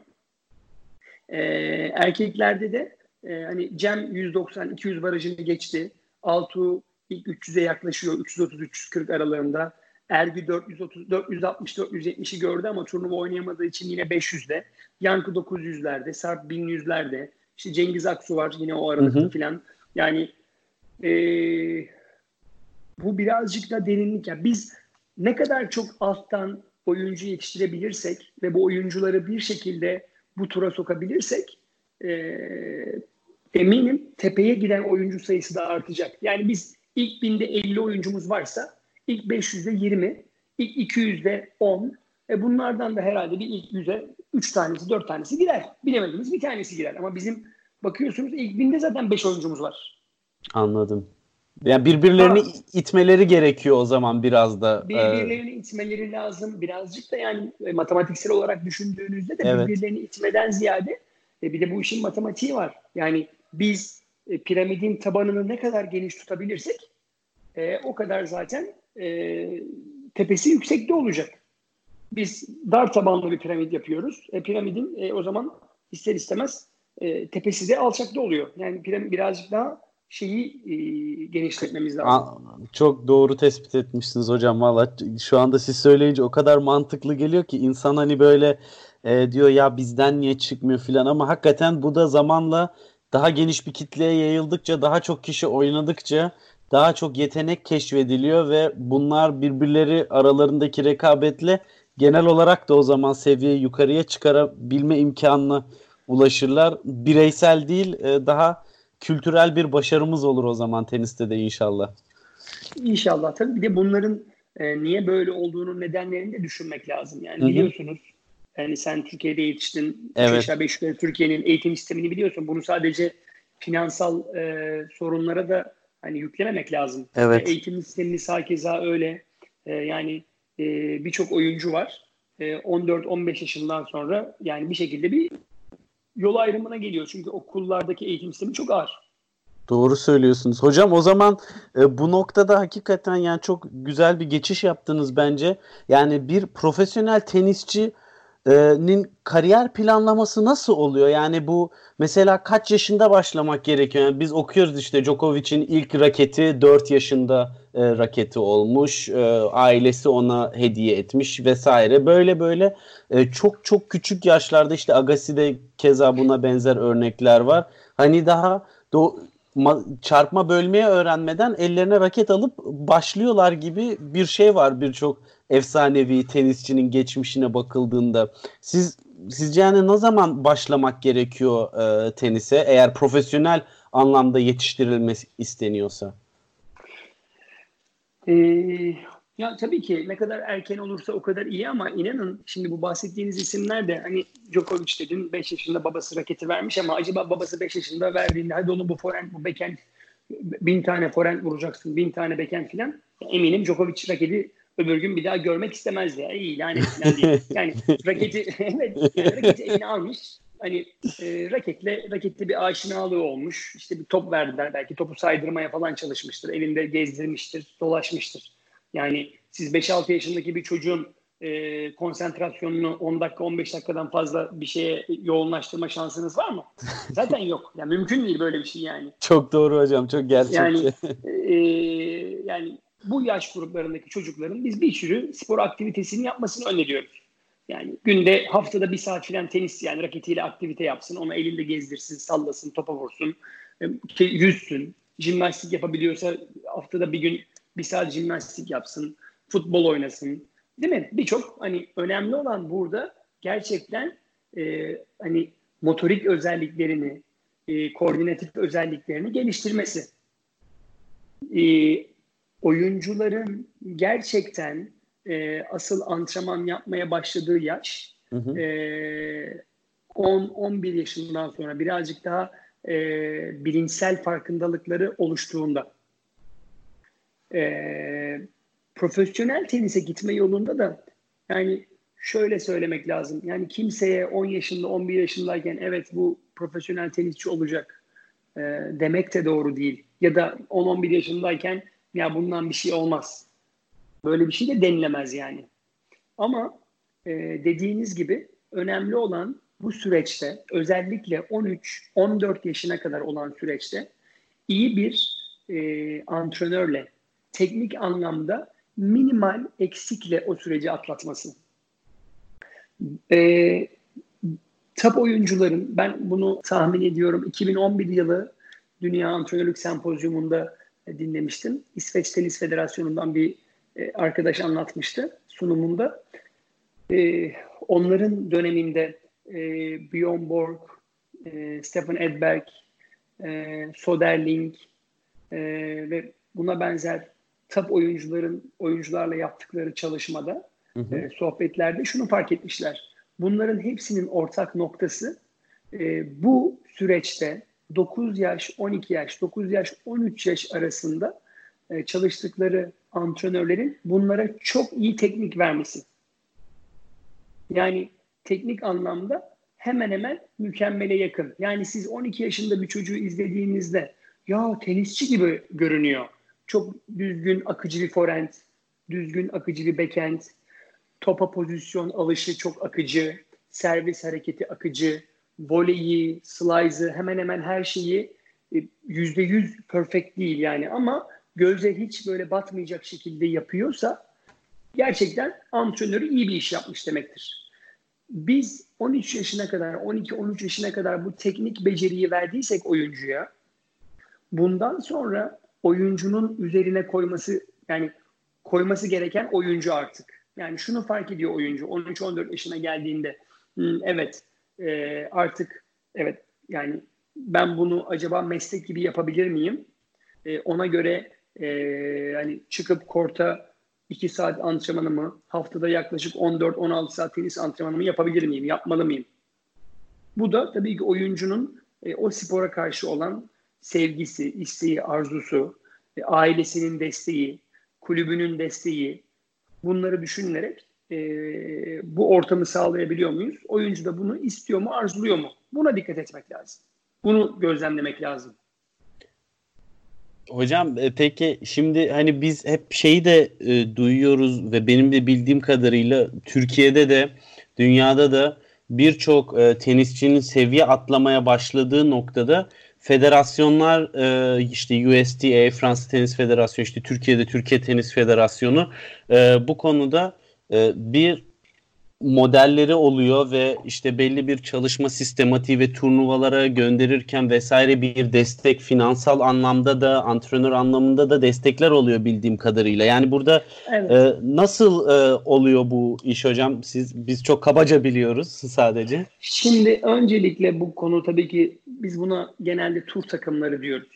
Erkeklerde de hani Cem 190-200 barajını geçti. Altuğ ilk 300'e yaklaşıyor. 330-340 aralığında. Ergü 460-470'i gördü ama turnuva oynayamadığı için yine 500'de. Yankı 900'lerde. Sarp 1100'lerde. İşte Cengiz Aksu var yine o aralıkta filan. Yani bu birazcık da derinlik. Yani biz ne kadar çok alttan oyuncu yetiştirebilirsek ve bu oyuncuları bir şekilde bu tura sokabilirsek eminim tepeye giden oyuncu sayısı da artacak. Yani biz ilk 1000'de 50 oyuncumuz varsa ilk 500'de 20, ilk 200'de 10. Bunlardan da herhalde bir ilk 100'e 3 tanesi 4 tanesi girer. Bilemediğimiz bir tanesi girer. Ama bizim bakıyorsunuz ilk 1000'de zaten 5 oyuncumuz var. Anladım. Yani birbirlerini itmeleri gerekiyor o zaman biraz da. Birbirlerini itmeleri lazım. Birazcık da yani matematiksel olarak düşündüğünüzde de Evet. birbirlerini itmeden ziyade bir de bu işin matematiği var. Yani biz piramidin tabanını ne kadar geniş tutabilirsek o kadar zaten tepesi yüksekte olacak. Biz dar tabanlı bir piramit yapıyoruz. Piramidin o zaman ister istemez tepesi de alçakta oluyor. Yani piramit birazcık daha genişletmemiz lazım. Çok doğru tespit etmişsiniz hocam. Valla şu anda siz söyleyince o kadar mantıklı geliyor ki insan hani böyle diyor ya bizden niye çıkmıyor filan ama hakikaten bu da zamanla daha geniş bir kitleye yayıldıkça, daha çok kişi oynadıkça daha çok yetenek keşfediliyor ve bunlar birbirleri aralarındaki rekabetle genel olarak da o zaman seviyeyi yukarıya çıkarabilme imkanına ulaşırlar. Bireysel değil, daha kültürel bir başarımız olur o zaman teniste de inşallah. İnşallah. Tabii bir de bunların niye böyle olduğunun nedenlerini de düşünmek lazım. Yani biliyorsunuz yani sen Türkiye'de yetiştin. Evet. 3 aşağı 5 yukarı Türkiye'nin eğitim sistemini biliyorsun. Bunu sadece finansal sorunlara da hani yüklememek lazım. Evet. Eğitim sistemimiz hakeza öyle. Yani birçok oyuncu var. 14-15 yaşından sonra yani bir şekilde bir yol ayrımına geliyor. Çünkü okullardaki eğitim sistemi çok ağır. Doğru söylüyorsunuz. Hocam o zaman bu noktada hakikaten yani çok güzel bir geçiş yaptınız bence. Yani bir profesyonel tenisçi kariyer planlaması nasıl oluyor? Yani bu mesela kaç yaşında başlamak gerekiyor? Yani biz okuyoruz işte Djokovic'in ilk raketi 4 yaşında raketi olmuş. Ailesi ona hediye etmiş vesaire. Böyle böyle çok çok küçük yaşlarda işte Agassi'de keza buna benzer örnekler var. Hani daha çarpma bölmeyi öğrenmeden ellerine raket alıp başlıyorlar gibi bir şey var birçok efsanevi tenisçinin geçmişine bakıldığında. Sizce yani ne zaman başlamak gerekiyor tenise eğer profesyonel anlamda yetiştirilmesi isteniyorsa? Ya tabii ki ne kadar erken olursa o kadar iyi ama inanın şimdi bu bahsettiğiniz isimler de hani Djokovic dedin 5 yaşında babası raketi vermiş ama acaba babası 5 yaşında verdiğinde hadi onu bu forehand bu backhand 1000 tane forehand vuracaksın 1000 tane backhand filan eminim Djokovic raketi öbür gün bir daha görmek istemez ya iyi yani falan diye. Yani raketi evet yani raketi eline almış hani raketle bir aşinalığı olmuş. İşte bir top verdiler. Belki topu saydırmaya falan çalışmıştır. Elinde gezdirmiştir, dolaşmıştır. Yani siz 5-6 yaşındaki bir çocuğun konsantrasyonunu 10 dakika 15 dakikadan fazla bir şeye yoğunlaştırma şansınız var mı? Zaten yok. Yani mümkün değil böyle bir şey yani. Çok doğru hocam, çok gerçekçi. Yani bu yaş gruplarındaki çocukların biz bir sürü spor aktivitesini yapmasını öneriyoruz. Yani günde haftada 1 saat falan tenis yani raketiyle aktivite yapsın. Onu elinde gezdirsin, sallasın, topa vursun, yüzsün. Jimnastik yapabiliyorsa haftada bir gün 1 saat jimnastik yapsın. Futbol oynasın. Değil mi? Birçok hani önemli olan burada gerçekten hani motorik özelliklerini, koordinatif özelliklerini geliştirmesi. Oyuncuların gerçekten asıl antrenman yapmaya başladığı yaş 10-11 yaşından sonra birazcık daha bilinçsel farkındalıkları oluştuğunda. Profesyonel tenise gitme yolunda da yani şöyle söylemek lazım. Yani kimseye 10 yaşında 11 yaşındayken evet bu profesyonel tenisçi olacak demek de doğru değil. Ya da 10-11 yaşındayken ya bundan bir şey olmaz. Böyle bir şey de denilemez yani. Ama dediğiniz gibi önemli olan bu süreçte özellikle 13-14 yaşına kadar olan süreçte iyi bir antrenörle teknik anlamda minimal eksikle o süreci atlatması. Top oyuncuların ben bunu tahmin ediyorum 2011 yılı Dünya Antrenörlük Sempozyumunda dinlemiştim. İsveç Tenis Federasyonu'ndan bir arkadaş anlatmıştı sunumunda. Onların döneminde Björn Borg, Stefan Edberg, Soderling ve buna benzer top oyuncularla yaptıkları çalışmada sohbetlerde şunu fark etmişler. Bunların hepsinin ortak noktası bu süreçte 9 yaş, 12 yaş, 9 yaş, 13 yaş arasında çalıştıkları antrenörlerin bunlara çok iyi teknik vermesi. Yani teknik anlamda hemen hemen mükemmele yakın. Yani siz 12 yaşında bir çocuğu izlediğinizde ya tenisçi gibi görünüyor. Çok düzgün akıcı bir forehand, düzgün akıcı bir backhand, topa pozisyon alışı çok akıcı, servis hareketi akıcı, voleyi, slice'ı hemen hemen her şeyi %100 perfect değil yani ama göze hiç böyle batmayacak şekilde yapıyorsa gerçekten antrenörü iyi bir iş yapmış demektir. Biz 13 yaşına kadar, 12-13 yaşına kadar bu teknik beceriyi verdiysek oyuncuya, bundan sonra oyuncunun üzerine koyması gereken oyuncu artık. Yani şunu fark ediyor oyuncu 13-14 yaşına geldiğinde evet artık evet yani ben bunu acaba meslek gibi yapabilir miyim? Ona göre hani çıkıp korta 2 saat antrenmanımı haftada yaklaşık 14-16 saat tenis antrenmanımı yapabilir miyim? Yapmalı mıyım? Bu da tabii ki oyuncunun o spora karşı olan sevgisi, isteği, arzusu, ailesinin desteği, kulübünün desteği bunları düşünülerek bu ortamı sağlayabiliyor muyuz? Oyuncu da bunu istiyor mu, arzuluyor mu? Buna dikkat etmek lazım. Bunu gözlemlemek lazım. Hocam peki şimdi hani biz hep şeyi de duyuyoruz ve benim de bildiğim kadarıyla Türkiye'de de dünyada da birçok tenisçinin seviye atlamaya başladığı noktada federasyonlar, işte USTA, Fransa Tenis Federasyonu, işte Türkiye'de Türkiye Tenis Federasyonu bu konuda bir modelleri oluyor ve işte belli bir çalışma sistematiği ve turnuvalara gönderirken vesaire bir destek, finansal anlamda da antrenör anlamında da destekler oluyor bildiğim kadarıyla. Yani burada Evet. nasıl oluyor bu iş hocam? Biz çok kabaca biliyoruz sadece. Şimdi öncelikle bu konu tabii ki biz buna genelde tur takımları diyoruz.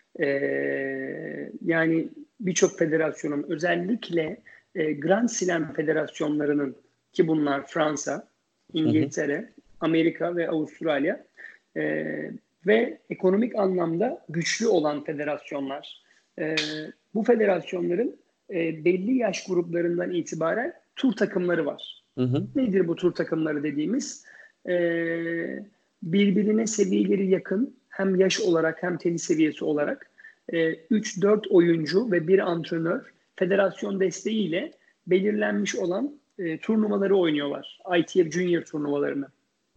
Yani birçok federasyonun özellikle Grand Slam federasyonlarının, ki bunlar Fransa, İngiltere, Amerika ve Avustralya ve ekonomik anlamda güçlü olan federasyonlar. Bu federasyonların belli yaş gruplarından itibaren tur takımları var. Nedir bu tur takımları dediğimiz? Birbirine seviyeleri yakın, hem yaş olarak hem tenis seviyesi olarak 3-4 oyuncu ve bir antrenör federasyon desteğiyle belirlenmiş olan turnuvaları oynuyorlar. ITF Junior turnuvalarını.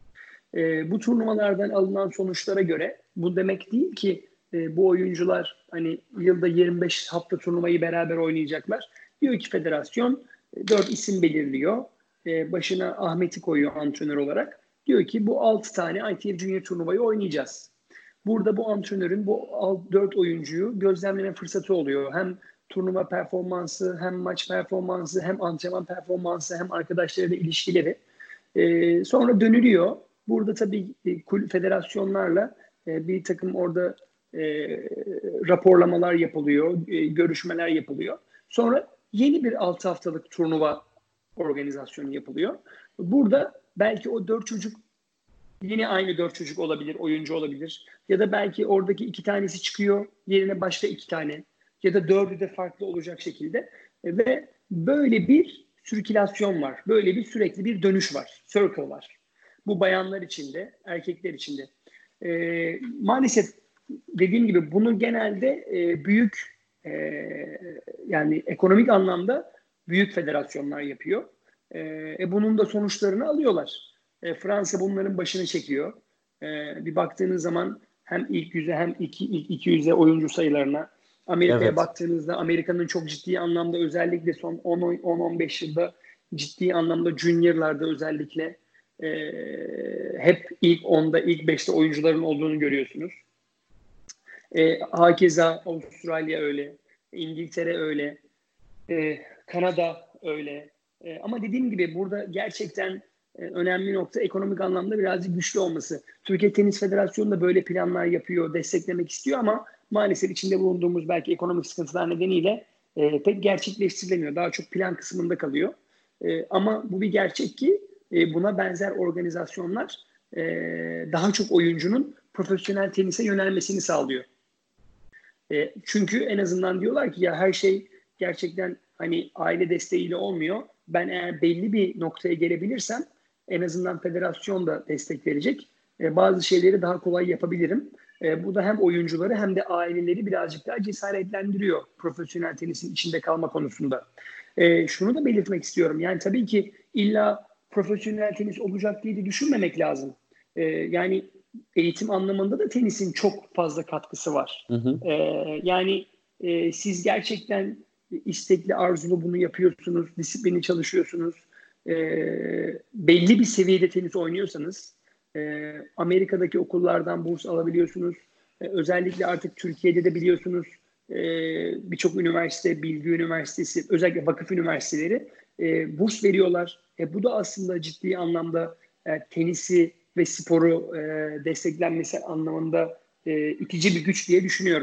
Bu turnuvalardan alınan sonuçlara göre bu demek değil ki bu oyuncular hani yılda 25 hafta turnuvayı beraber oynayacaklar. Diyor ki federasyon 4 isim belirliyor. Başına Ahmet'i koyuyor antrenör olarak. Diyor ki bu 6 tane ITF Junior turnuvayı oynayacağız. Burada bu antrenörün bu 4 oyuncuyu gözlemleme fırsatı oluyor. Hem turnuva performansı, hem maç performansı, hem antrenman performansı, hem arkadaşlarıyla ilişkileri. Sonra dönülüyor. Burada tabii federasyonlarla bir takım orada raporlamalar yapılıyor, görüşmeler yapılıyor. Sonra yeni bir 6 haftalık turnuva organizasyonu yapılıyor. Burada belki o 4 çocuk yine aynı 4 çocuk olabilir, oyuncu olabilir. Ya da belki oradaki 2 tanesi çıkıyor, yerine başka 2 tane. Ya da 4'ü de farklı olacak şekilde. Ve böyle bir sirkülasyon var. Böyle bir sürekli bir dönüş var. Circle var. Bu bayanlar için de, erkekler için de. Maalesef dediğim gibi bunu genelde büyük yani ekonomik anlamda büyük federasyonlar yapıyor. Bunun da sonuçlarını alıyorlar. Fransa bunların başını çekiyor. Bir baktığınız zaman hem ilk 100'e hem ilk 200'e oyuncu sayılarına, Amerika'ya baktığınızda Amerika'nın çok ciddi anlamda özellikle son 10-15 yılda ciddi anlamda juniorlarda özellikle hep ilk 10'da, ilk 5'te oyuncuların olduğunu görüyorsunuz. Hakeza Avustralya öyle, İngiltere öyle, Kanada öyle. Ama dediğim gibi burada gerçekten önemli nokta ekonomik anlamda birazcık güçlü olması. Türkiye Tenis Federasyonu da böyle planlar yapıyor, desteklemek istiyor ama maalesef içinde bulunduğumuz belki ekonomik sıkıntılar nedeniyle pek gerçekleştirilemiyor. Daha çok plan kısmında kalıyor. Ama bu bir gerçek ki buna benzer organizasyonlar daha çok oyuncunun profesyonel tenise yönelmesini sağlıyor. Çünkü en azından diyorlar ki ya her şey gerçekten hani aile desteğiyle olmuyor. Ben eğer belli bir noktaya gelebilirsem en azından federasyon da destek verecek. Bazı şeyleri daha kolay yapabilirim. Bu da hem oyuncuları hem de aileleri birazcık daha cesaretlendiriyor profesyonel tenisin içinde kalma konusunda. Şunu da belirtmek istiyorum. Yani tabii ki illa profesyonel tenis olacak diye de düşünmemek lazım. Yani eğitim anlamında da tenisin çok fazla katkısı var. Yani siz gerçekten istekli, arzulu bunu yapıyorsunuz, disiplini çalışıyorsunuz. Belli bir seviyede tenis oynuyorsanız Amerika'daki okullardan burs alabiliyorsunuz. Özellikle artık Türkiye'de de biliyorsunuz birçok üniversite, Bilgi Üniversitesi, özellikle vakıf üniversiteleri burs veriyorlar. Bu da aslında ciddi anlamda tenisi ve sporu desteklenmesi anlamında itici bir güç diye düşünüyorum.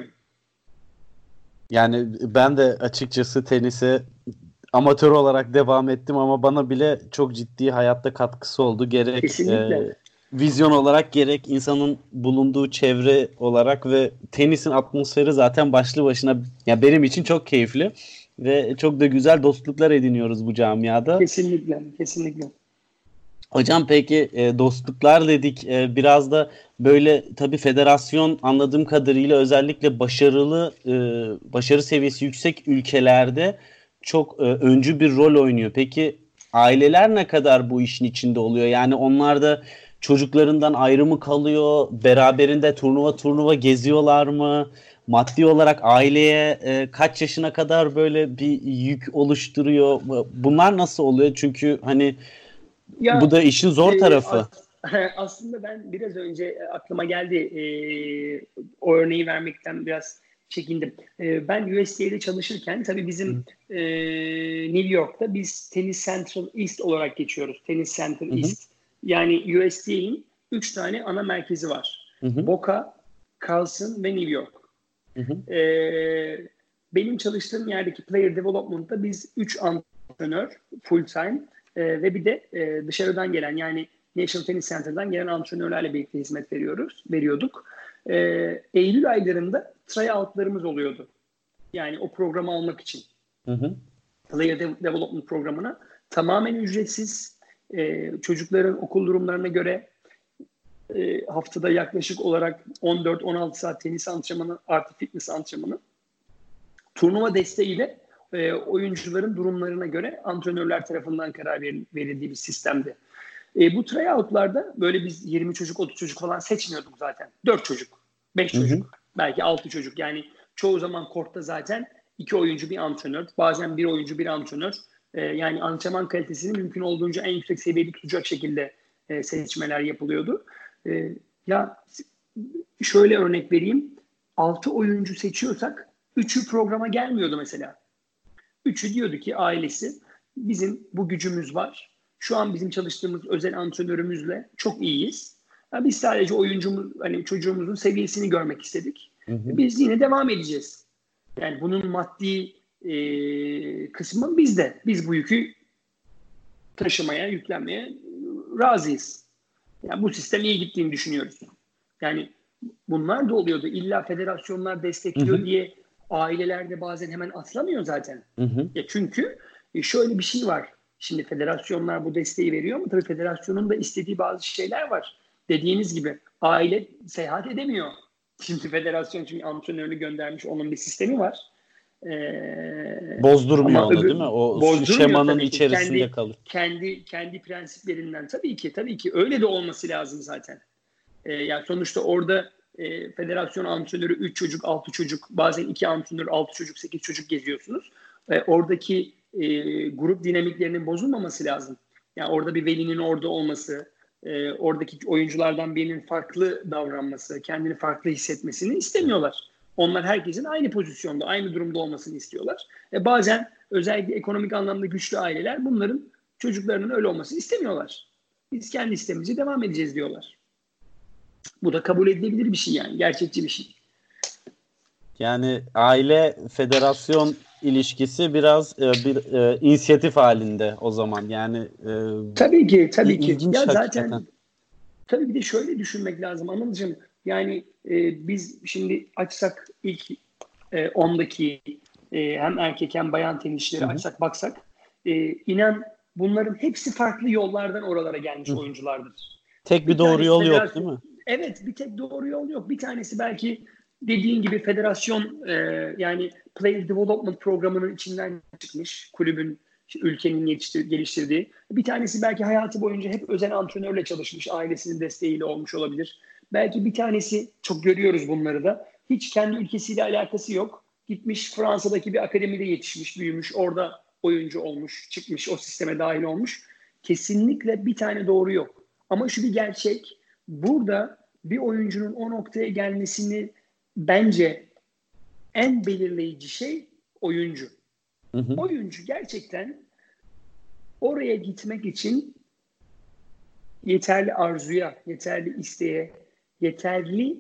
Yani ben de açıkçası tenise amatör olarak devam ettim ama bana bile çok ciddi hayatta katkısı oldu. Gerek vizyon olarak gerek insanın bulunduğu çevre olarak ve tenisin atmosferi zaten başlı başına ya benim için çok keyifli ve çok da güzel dostluklar ediniyoruz bu camiada. Kesinlikle, kesinlikle. Hocam peki dostluklar dedik biraz da böyle tabii federasyon anladığım kadarıyla özellikle başarı seviyesi yüksek ülkelerde çok öncü bir rol oynuyor. Peki aileler ne kadar bu işin içinde oluyor? Yani onlar da çocuklarından ayrı mı kalıyor? Beraberinde turnuva geziyorlar mı? Maddi olarak aileye kaç yaşına kadar böyle bir yük oluşturuyor? Bunlar nasıl oluyor? Çünkü hani bu da işin zor tarafı. Aslında ben biraz önce aklıma geldi, o örneği vermekten biraz çekindim. Ben USDA'de çalışırken tabii bizim New York'ta biz Tennis Central East olarak geçiyoruz. Tennis Central East. Yani USDA'nin 3 tane ana merkezi var. Boca, Carlson ve New York. Benim çalıştığım yerdeki Player Development'ta biz 3 antrenör full time ve bir de dışarıdan gelen, yani National Tennis Center'dan gelen antrenörlerle birlikte hizmet veriyorduk. Eylül aylarında tryoutlarımız oluyordu. Yani o programı almak için. Player Development programına tamamen ücretsiz, çocukların okul durumlarına göre haftada yaklaşık olarak 14-16 saat tenis antrenmanı artı fitness antrenmanı. Turnuva desteğiyle oyuncuların durumlarına göre antrenörler tarafından karar verildiği bir sistemdi. Bu tryoutlarda böyle biz 20 çocuk, 30 çocuk falan seçmiyorduk zaten. 4 çocuk, 5 çocuk, belki 6 çocuk. Yani çoğu zaman kortta zaten 2 oyuncu bir antrenör, bazen 1 oyuncu bir antrenör. Yani antrenman kalitesini mümkün olduğunca en yüksek seviyede tutacak şekilde seçmeler yapılıyordu. Ya şöyle örnek vereyim. 6 oyuncu seçiyorsak 3'ü programa gelmiyordu mesela. 3'ü diyordu ki ailesi, bizim bu gücümüz var. Şu an bizim çalıştığımız özel antrenörümüzle çok iyiyiz. Yani biz sadece hani çocuğumuzun seviyesini görmek istedik. Biz yine devam edeceğiz. Yani bunun maddi kısmı bizde. Biz bu yükü taşımaya, yüklenmeye razıyız. Yani bu sistem iyi gittiğini düşünüyoruz. Yani bunlar da oluyordu. İlla federasyonlar destekliyor diye aileler de bazen hemen atlamıyor zaten. Ya çünkü şöyle bir şey var. Şimdi federasyonlar bu desteği veriyor ama tabii federasyonun da istediği bazı şeyler var. Dediğiniz gibi aile seyahat edemiyor. Şimdi federasyon çünkü antrenörünü göndermiş, onun bir sistemi var. Bozdurmuyor onu değil mi? O şemanın içerisinde kalır. Kendi prensiplerinden tabii ki öyle de olması lazım zaten. Yani sonuçta orada federasyon antrenörü 3 çocuk, 6 çocuk, bazen 2 antrenör, 6 çocuk, 8 çocuk geziyorsunuz. Oradaki grup dinamiklerinin bozulmaması lazım. Yani orada bir velinin orada olması, oradaki oyunculardan birinin farklı davranması, kendini farklı hissetmesini istemiyorlar. Onlar herkesin aynı pozisyonda, aynı durumda olmasını istiyorlar. Bazen özellikle ekonomik anlamda güçlü aileler bunların çocuklarının öyle olmasını istemiyorlar. Biz kendi istemimize devam edeceğiz diyorlar. Bu da kabul edilebilir bir şey yani. Gerçekçi bir şey. Yani aile federasyon ilişkisi biraz bir inisiyatif halinde o zaman. Yani tabii ki. İlginç ya zaten hakikaten. tabii bir de şöyle düşünmek lazım Anılcığım. Yani biz şimdi açsak ilk 10'daki hem erkek hem bayan tenisçileri açsak baksak inan bunların hepsi farklı yollardan oralara gelmiş oyunculardır. Tek bir doğru yol yok değil mi? Evet, bir tek doğru yol yok. Bir tanesi belki dediğin gibi federasyon yani Player Development programının içinden çıkmış. Kulübün, ülkenin geliştirdiği. Bir tanesi belki hayatı boyunca hep özel antrenörle çalışmış. Ailesinin desteğiyle olmuş olabilir. Belki bir tanesi, çok görüyoruz bunları da, hiç kendi ülkesiyle alakası yok. Gitmiş Fransa'daki bir akademide yetişmiş, büyümüş. Orada oyuncu olmuş, çıkmış, o sisteme dahil olmuş. Kesinlikle bir tane doğru yok. Ama şu bir gerçek. Burada bir oyuncunun o noktaya gelmesini bence en belirleyici şey oyuncu. Oyuncu gerçekten oraya gitmek için yeterli arzuya, yeterli isteğe, yeterli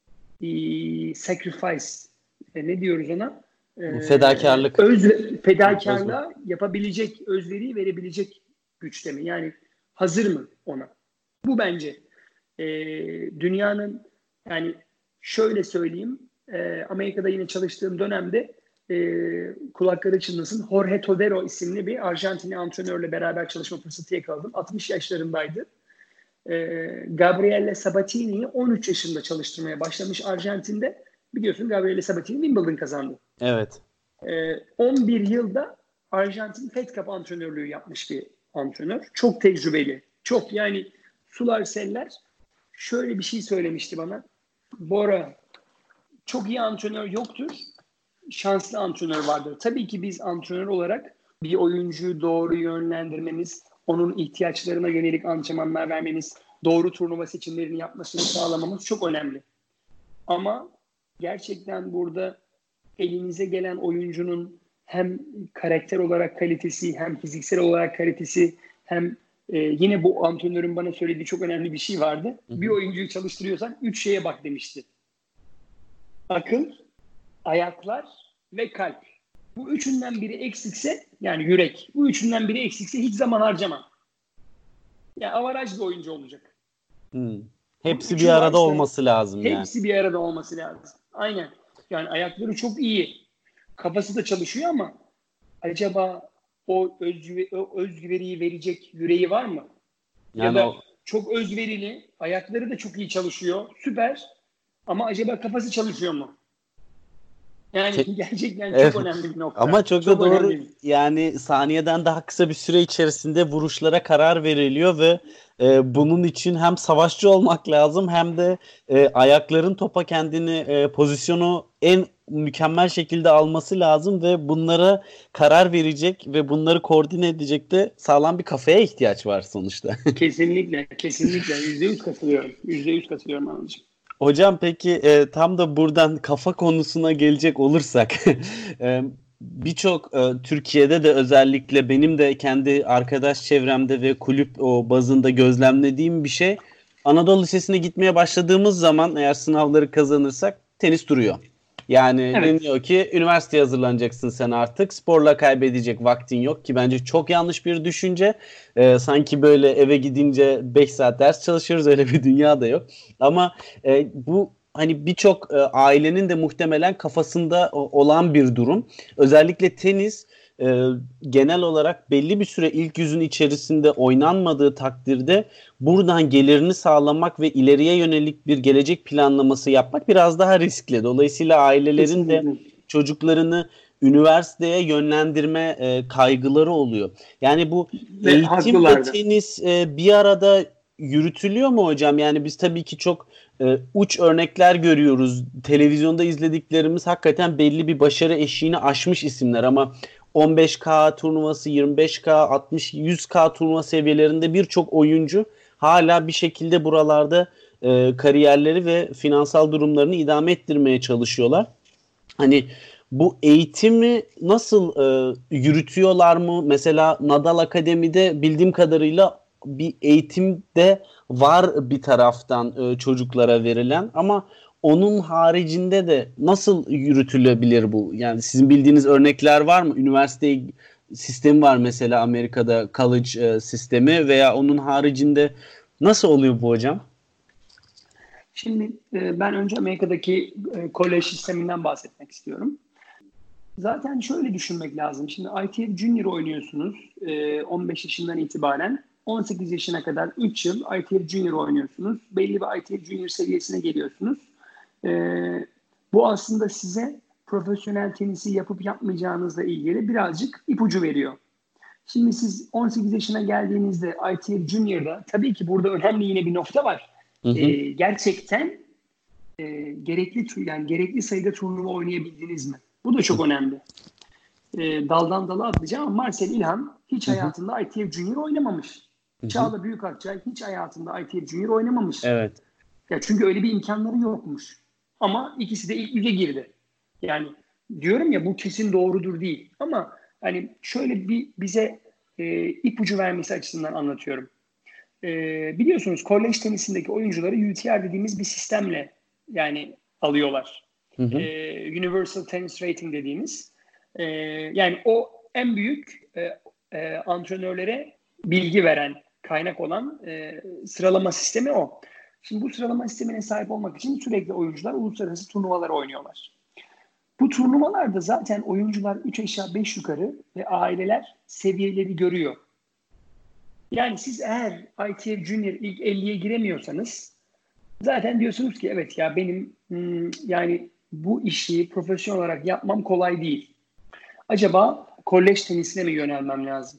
sacrifice, ne diyoruz ona? Fedakarlık. Fedakarlığa yapabilecek, özveriyi verebilecek güçte mi? Yani hazır mı ona? Bu bence dünyanın, yani şöyle söyleyeyim, Amerika'da yine çalıştığım dönemde kulakları çınlasın, Jorge Todero isimli bir Arjantinli antrenörle beraber çalışma fırsatı yakaladım. 60 yaşlarındaydı. Gabriele Sabatini'yi 13 yaşında çalıştırmaya başlamış Arjantin'de. Biliyorsun Gabriele Sabatini Wimbledon kazandı. Evet. 11 yılda Arjantin Fed Cup antrenörlüğü yapmış bir antrenör. Çok tecrübeli. Çok yani sular seller. Şöyle bir şey söylemişti bana. Bora, çok iyi antrenör yoktur. Şanslı antrenör vardır. Tabii ki biz antrenör olarak bir oyuncuyu doğru yönlendirmemiz, onun ihtiyaçlarına yönelik antrenmanlar vermemiz, doğru turnuva seçimlerini yapmasını sağlamamız çok önemli. Ama gerçekten burada elinize gelen oyuncunun hem karakter olarak kalitesi, hem fiziksel olarak kalitesi, hem yine bu antrenörün bana söylediği çok önemli bir şey vardı. Bir oyuncuyu çalıştırıyorsan 3 şeye bak demişti. Akıl, ayaklar ve kalp. Bu üçünden biri eksikse, yani yürek, bu üçünden biri eksikse hiç zaman harcama. Yani avaraj bir oyuncu olacak. Hepsi bir arada olması lazım yani. Hepsi bir arada olması lazım. Aynen. Yani ayakları çok iyi. Kafası da çalışıyor ama acaba o özgüveriyi verecek yüreği var mı? Yani ya da çok özverili, ayakları da çok iyi çalışıyor. Süper. Ama acaba kafası çalışıyor mu? Yani gerçekten çok önemli bir nokta. Ama çok da doğru. Önemli. Yani saniyeden daha kısa bir süre içerisinde vuruşlara karar veriliyor ve bunun için hem savaşçı olmak lazım hem de ayakların topa kendini pozisyonu en mükemmel şekilde alması lazım ve bunlara karar verecek ve bunları koordine edecek de sağlam bir kafaya ihtiyaç var sonuçta. Kesinlikle. %100 katılıyorum. %100 katılıyorum anacığım. Hocam peki tam da buradan kafa konusuna gelecek olursak birçok Türkiye'de de özellikle benim de kendi arkadaş çevremde ve kulüp o bazında gözlemlediğim bir şey, Anadolu Lisesi'ne gitmeye başladığımız zaman eğer sınavları kazanırsak tenis duruyor. Yani deniyor ki üniversiteye hazırlanacaksın sen artık. Sporla kaybedecek vaktin yok ki bence çok yanlış bir düşünce. Sanki böyle eve gidince 5 saat ders çalışıyoruz, öyle bir dünya da yok. Ama bu hani birçok ailenin de muhtemelen kafasında olan bir durum. Özellikle tenis genel olarak belli bir süre ilk yüzün içerisinde oynanmadığı takdirde buradan gelirini sağlamak ve ileriye yönelik bir gelecek planlaması yapmak biraz daha riskli. Dolayısıyla ailelerin de çocuklarını üniversiteye yönlendirme kaygıları oluyor. Yani bu eğitim ve tenis bir arada yürütülüyor mu hocam? Yani biz tabii ki çok uç örnekler görüyoruz. Televizyonda izlediklerimiz hakikaten belli bir başarı eşiğini aşmış isimler ama 15K turnuvası, 25K, 60, 100K turnuva seviyelerinde birçok oyuncu hala bir şekilde buralarda kariyerleri ve finansal durumlarını idame ettirmeye çalışıyorlar. Hani bu eğitimi nasıl yürütüyorlar mı? Mesela Nadal Akademi'de bildiğim kadarıyla bir eğitimde var bir taraftan çocuklara verilen ama onun haricinde de nasıl yürütülebilir bu? Yani sizin bildiğiniz örnekler var mı? Üniversite sistemi var mesela Amerika'da, college sistemi veya onun haricinde nasıl oluyor bu hocam? Şimdi ben önce Amerika'daki kolej sisteminden bahsetmek istiyorum. Zaten şöyle düşünmek lazım. Şimdi ITF Junior oynuyorsunuz 15 yaşından itibaren. 18 yaşına kadar 3 yıl ITF Junior oynuyorsunuz. Belli bir ITF Junior seviyesine geliyorsunuz. Bu aslında size profesyonel tenisi yapıp yapmayacağınızla ilgili birazcık ipucu veriyor. Şimdi siz 18 yaşına geldiğinizde ITF Junior'da tabii ki burada önemli yine bir nokta var. Gerçekten gerekli sayıda turnuva oynayabildiniz mi? Bu da çok önemli. Daldan dala atlayacağım ama Marcel İlhan hiç hayatında ITF Junior oynamamış. Çağla Büyükakçay hiç hayatında ITF Junior oynamamış. Evet. Ya çünkü öyle bir imkanları yokmuş. Ama ikisi de ilk lige girdi. Yani diyorum ya bu kesin doğrudur değil. Ama hani şöyle bir bize ipucu vermesi açısından anlatıyorum. Biliyorsunuz kolej tenisindeki oyuncuları UTR dediğimiz bir sistemle yani alıyorlar. Universal Tennis Rating dediğimiz. Yani o en büyük antrenörlere bilgi veren, kaynak olan sıralama sistemi o. Şimdi bu sıralama sistemine sahip olmak için sürekli oyuncular uluslararası turnuvalar oynuyorlar. Bu turnuvalarda zaten oyuncular 3 aşağı 5 yukarı ve aileler seviyeleri görüyor. Yani siz eğer ITF Junior ilk 50'ye giremiyorsanız zaten diyorsunuz ki evet ya benim yani bu işi profesyonel olarak yapmam kolay değil. Acaba kolej tenisine mi yönelmem lazım?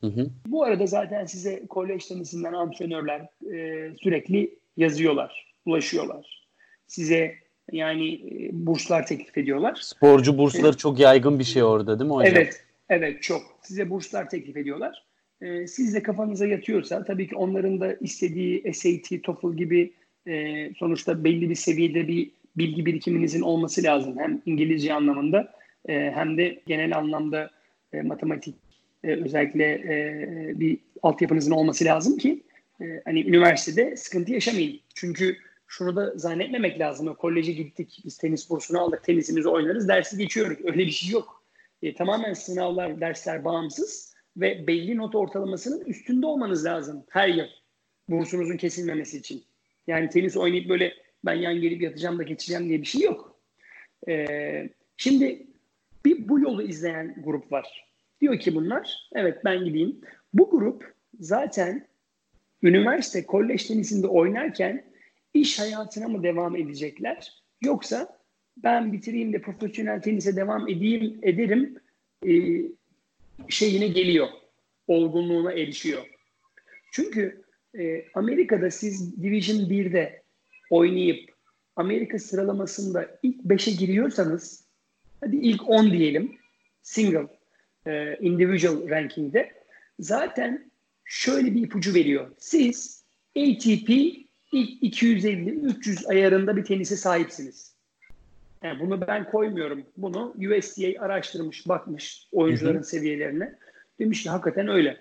Bu arada zaten size kolej tenisinden antrenörler sürekli yazıyorlar, ulaşıyorlar. Size yani burslar teklif ediyorlar. Sporcu bursları çok yaygın bir şey orada değil mi hocam? Evet çok. Size burslar teklif ediyorlar. Siz de kafanıza yatıyorsa tabii ki onların da istediği SAT, TOEFL gibi sonuçta belli bir seviyede bir bilgi birikiminizin olması lazım. Hem İngilizce anlamında hem de genel anlamda matematik özellikle bir altyapınızın olması lazım ki hani üniversitede sıkıntı yaşamayın. Çünkü şunu da zannetmemek lazım. O koleje gittik, biz tenis bursunu aldık, tenisimizi oynarız, dersi geçiyoruz. Öyle bir şey yok. Tamamen sınavlar, dersler bağımsız ve belli not ortalamasının üstünde olmanız lazım her yıl bursunuzun kesilmemesi için. Yani tenis oynayıp böyle ben yan gelip yatacağım da geçeceğim diye bir şey yok. Şimdi bu yolu izleyen grup var. Diyor ki bunlar, evet ben gideyim. Bu grup zaten üniversite, kolej tenisinde oynarken iş hayatına mı devam edecekler? Yoksa ben bitireyim de profesyonel tenise devam ederim şeyine geliyor. Olgunluğuna erişiyor. Çünkü Amerika'da siz Division 1'de oynayıp Amerika sıralamasında ilk 5'e giriyorsanız, hadi ilk 10 diyelim, single, individual ranking'de zaten şöyle bir ipucu veriyor. Siz ATP ilk 250-300 ayarında bir tenise sahipsiniz. Yani bunu ben koymuyorum. Bunu USTA araştırmış, bakmış oyuncuların seviyelerine. Demiş ki hakikaten öyle.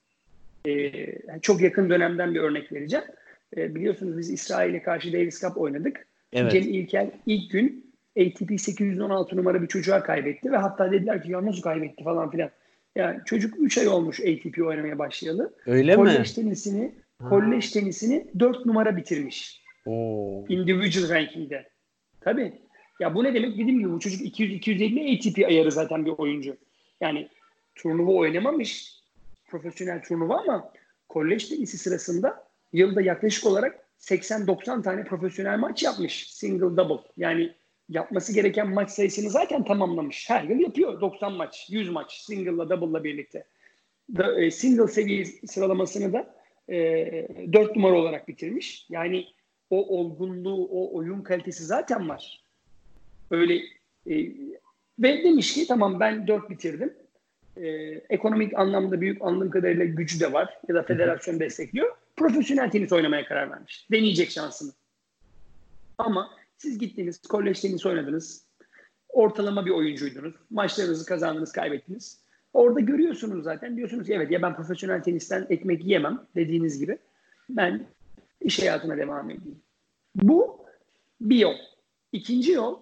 Çok yakın dönemden bir örnek vereceğim. Biliyorsunuz biz İsrail'e karşı Davis Cup oynadık. Evet. Cem İlker ilk gün ATP 816 numara bir çocuğa kaybetti ve hatta dediler ki ya nasıl kaybetti falan filan. Yani çocuk 3 ay olmuş ATP oynamaya başlayalı. Öyle kolej mi? Kolej tenisini 4 numara bitirmiş. Oo. Individual ranking'de. Tabii. Ya bu ne demek? Dediğim gibi bu çocuk 200-250 ATP ayarı zaten bir oyuncu. Yani turnuva oynamamış. Profesyonel turnuva ama kolej tenisi sırasında yılda yaklaşık olarak 80-90 tane profesyonel maç yapmış. Single double. Yani yapması gereken maç sayısını zaten tamamlamış. Her yıl yapıyor 90 maç, 100 maç single'la double'la birlikte. Single seviye sıralamasını da 4 numara olarak bitirmiş. Yani o olgunluğu, o oyun kalitesi zaten var. Öyle ve demiş ki tamam ben 4 bitirdim. Ekonomik anlamda büyük anladığım kadarıyla gücü de var ya da federasyon destekliyor. Profesyonel tenis oynamaya karar vermiş. Deneyecek şansını. Ama siz gittiniz, kolej tenis oynadınız. Ortalama bir oyuncuydunuz. Maçlarınızı kazandınız, kaybettiniz. Orada görüyorsunuz zaten. Diyorsunuz ki evet ya ben profesyonel tenisten ekmek yiyemem dediğiniz gibi. Ben iş hayatına devam edeyim. Bu bir yol. İkinci yol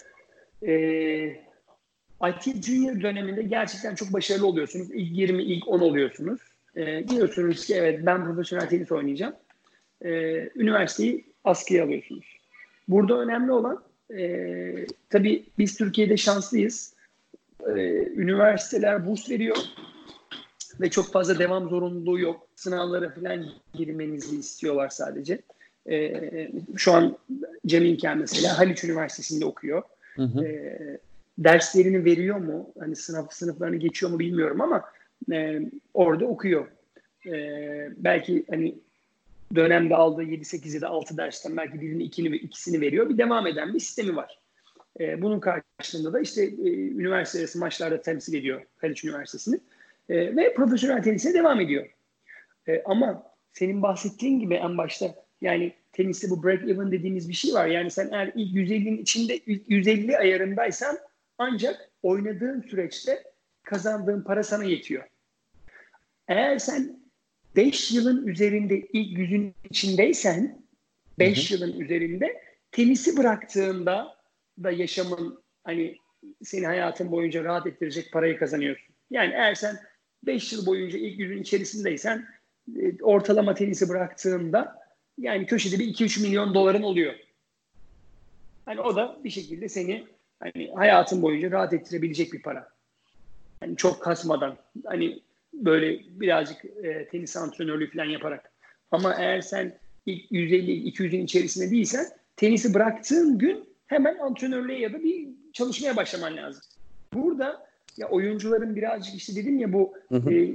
ITF Junior döneminde gerçekten çok başarılı oluyorsunuz. İlk 20, ilk 10 oluyorsunuz. Diyorsunuz ki evet ben profesyonel tenis oynayacağım. Üniversiteyi askıya alıyorsunuz. Burada önemli olan tabii biz Türkiye'de şanslıyız. Üniversiteler burs veriyor ve çok fazla devam zorunluluğu yok. Sınavlara falan girmenizi istiyorlar sadece. Şu an Cem İlker mesela Haliç Üniversitesi'nde okuyor. Derslerini veriyor mu? Hani sınıflarını geçiyor mu bilmiyorum ama orada okuyor. Belki hani dönemde aldığı 7-8 ya da 6 dersten belki birini ikisini veriyor. Bir devam eden bir sistemi var. Bunun karşılığında da işte üniversite arası maçlarda temsil ediyor Haliç Üniversitesi'ni. Ve profesyonel tenisine devam ediyor. Ama senin bahsettiğin gibi en başta yani teniste bu break even dediğimiz bir şey var. Yani sen eğer ilk 150'nin içinde ilk 150 ayarındaysan ancak oynadığın süreçte kazandığın para sana yetiyor. Eğer sen 5 yılın üzerinde ilk 100'ün içindeysen 5 yılın üzerinde tenisi bıraktığında da yaşamın hani seni hayatın boyunca rahat ettirecek parayı kazanıyorsun. Yani eğer sen 5 yıl boyunca ilk 100'ün içerisindeysen ortalama tenisi bıraktığında yani köşede bir 2-3 milyon doların oluyor. Hani o da bir şekilde seni hani hayatın boyunca rahat ettirebilecek bir para. Yani çok kasmadan hani böyle birazcık tenis antrenörlüğü falan yaparak. Ama eğer sen ilk 150-200'ün içerisinde değilsen tenisi bıraktığın gün hemen antrenörlüğe ya da bir çalışmaya başlaman lazım. Burada ya oyuncuların birazcık işte dedim ya bu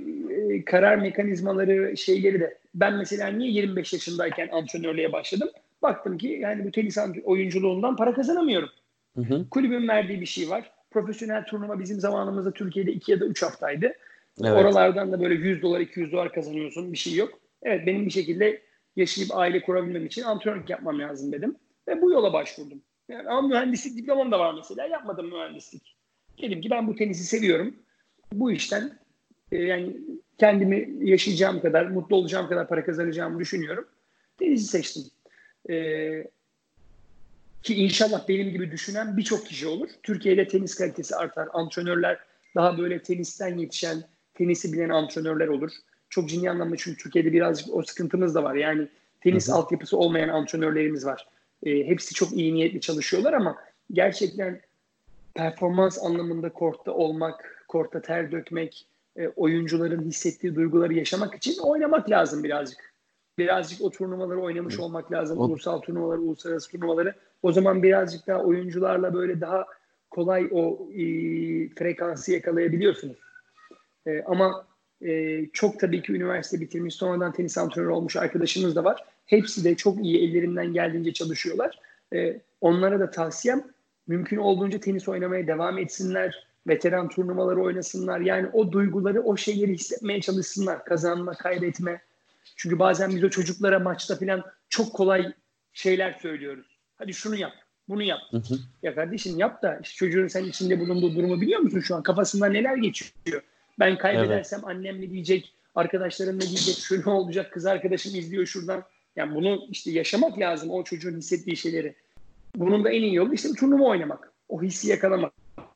karar mekanizmaları şeyleri de. Ben mesela niye 25 yaşındayken antrenörlüğe başladım? Baktım ki yani bu tenis oyunculuğundan para kazanamıyorum. Kulübün verdiği bir şey var. Profesyonel turnuva bizim zamanımızda Türkiye'de 2 ya da 3 haftaydı. Evet. Oralardan da böyle $100, $200 kazanıyorsun. Bir şey yok. Evet, benim bir şekilde yaşayıp aile kurabilmem için antrenörlük yapmam lazım dedim. Ve bu yola başvurdum. Yani, ama mühendislik diplomam da var mesela. Yapmadım mühendislik. Dedim ki ben bu tenisi seviyorum. Bu işten yani kendimi yaşayacağım kadar, mutlu olacağım kadar para kazanacağımı düşünüyorum. Tenisi seçtim. Ki inşallah benim gibi düşünen birçok kişi olur. Türkiye'de tenis kalitesi artar. Antrenörler daha böyle tenisten yetişen, tenisi bilen antrenörler olur. Çok ciddi anlamda, çünkü Türkiye'de birazcık o sıkıntımız da var. Yani tenis altyapısı olmayan antrenörlerimiz var. Hepsi çok iyi niyetli çalışıyorlar ama gerçekten performans anlamında kortta olmak, kortta ter dökmek, oyuncuların hissettiği duyguları yaşamak için oynamak lazım birazcık. Birazcık o turnuvaları oynamış olmak lazım. Ulusal turnuvaları, uluslararası turnuvaları. O zaman birazcık daha oyuncularla böyle daha kolay o frekansı yakalayabiliyorsunuz. Ama çok tabii ki üniversite bitirmiş, sonradan tenis antrenörü olmuş arkadaşımız da var. Hepsi de çok iyi, ellerinden geldiğince çalışıyorlar. Onlara da tavsiyem mümkün olduğunca tenis oynamaya devam etsinler. Veteran turnuvaları oynasınlar. Yani o duyguları, o şeyleri hissetmeye çalışsınlar. Kazanma, kaybetme. Çünkü bazen biz o çocuklara maçta falan çok kolay şeyler söylüyoruz. Hadi şunu yap, bunu yap. Ya kardeşim yap da işte çocuğun sen içinde bulunduğu durumu biliyor musun şu an? Kafasından neler geçiyor? Ben kaybedersem annem ne diyecek? Arkadaşlarım ne diyecek? Şu ne olacak? Kız arkadaşım izliyor şuradan. Yani bunu işte yaşamak lazım, o çocuğun hissettiği şeyleri. Bunun da en iyi yolu işte bir turnuva oynamak. O hissi yakalamak.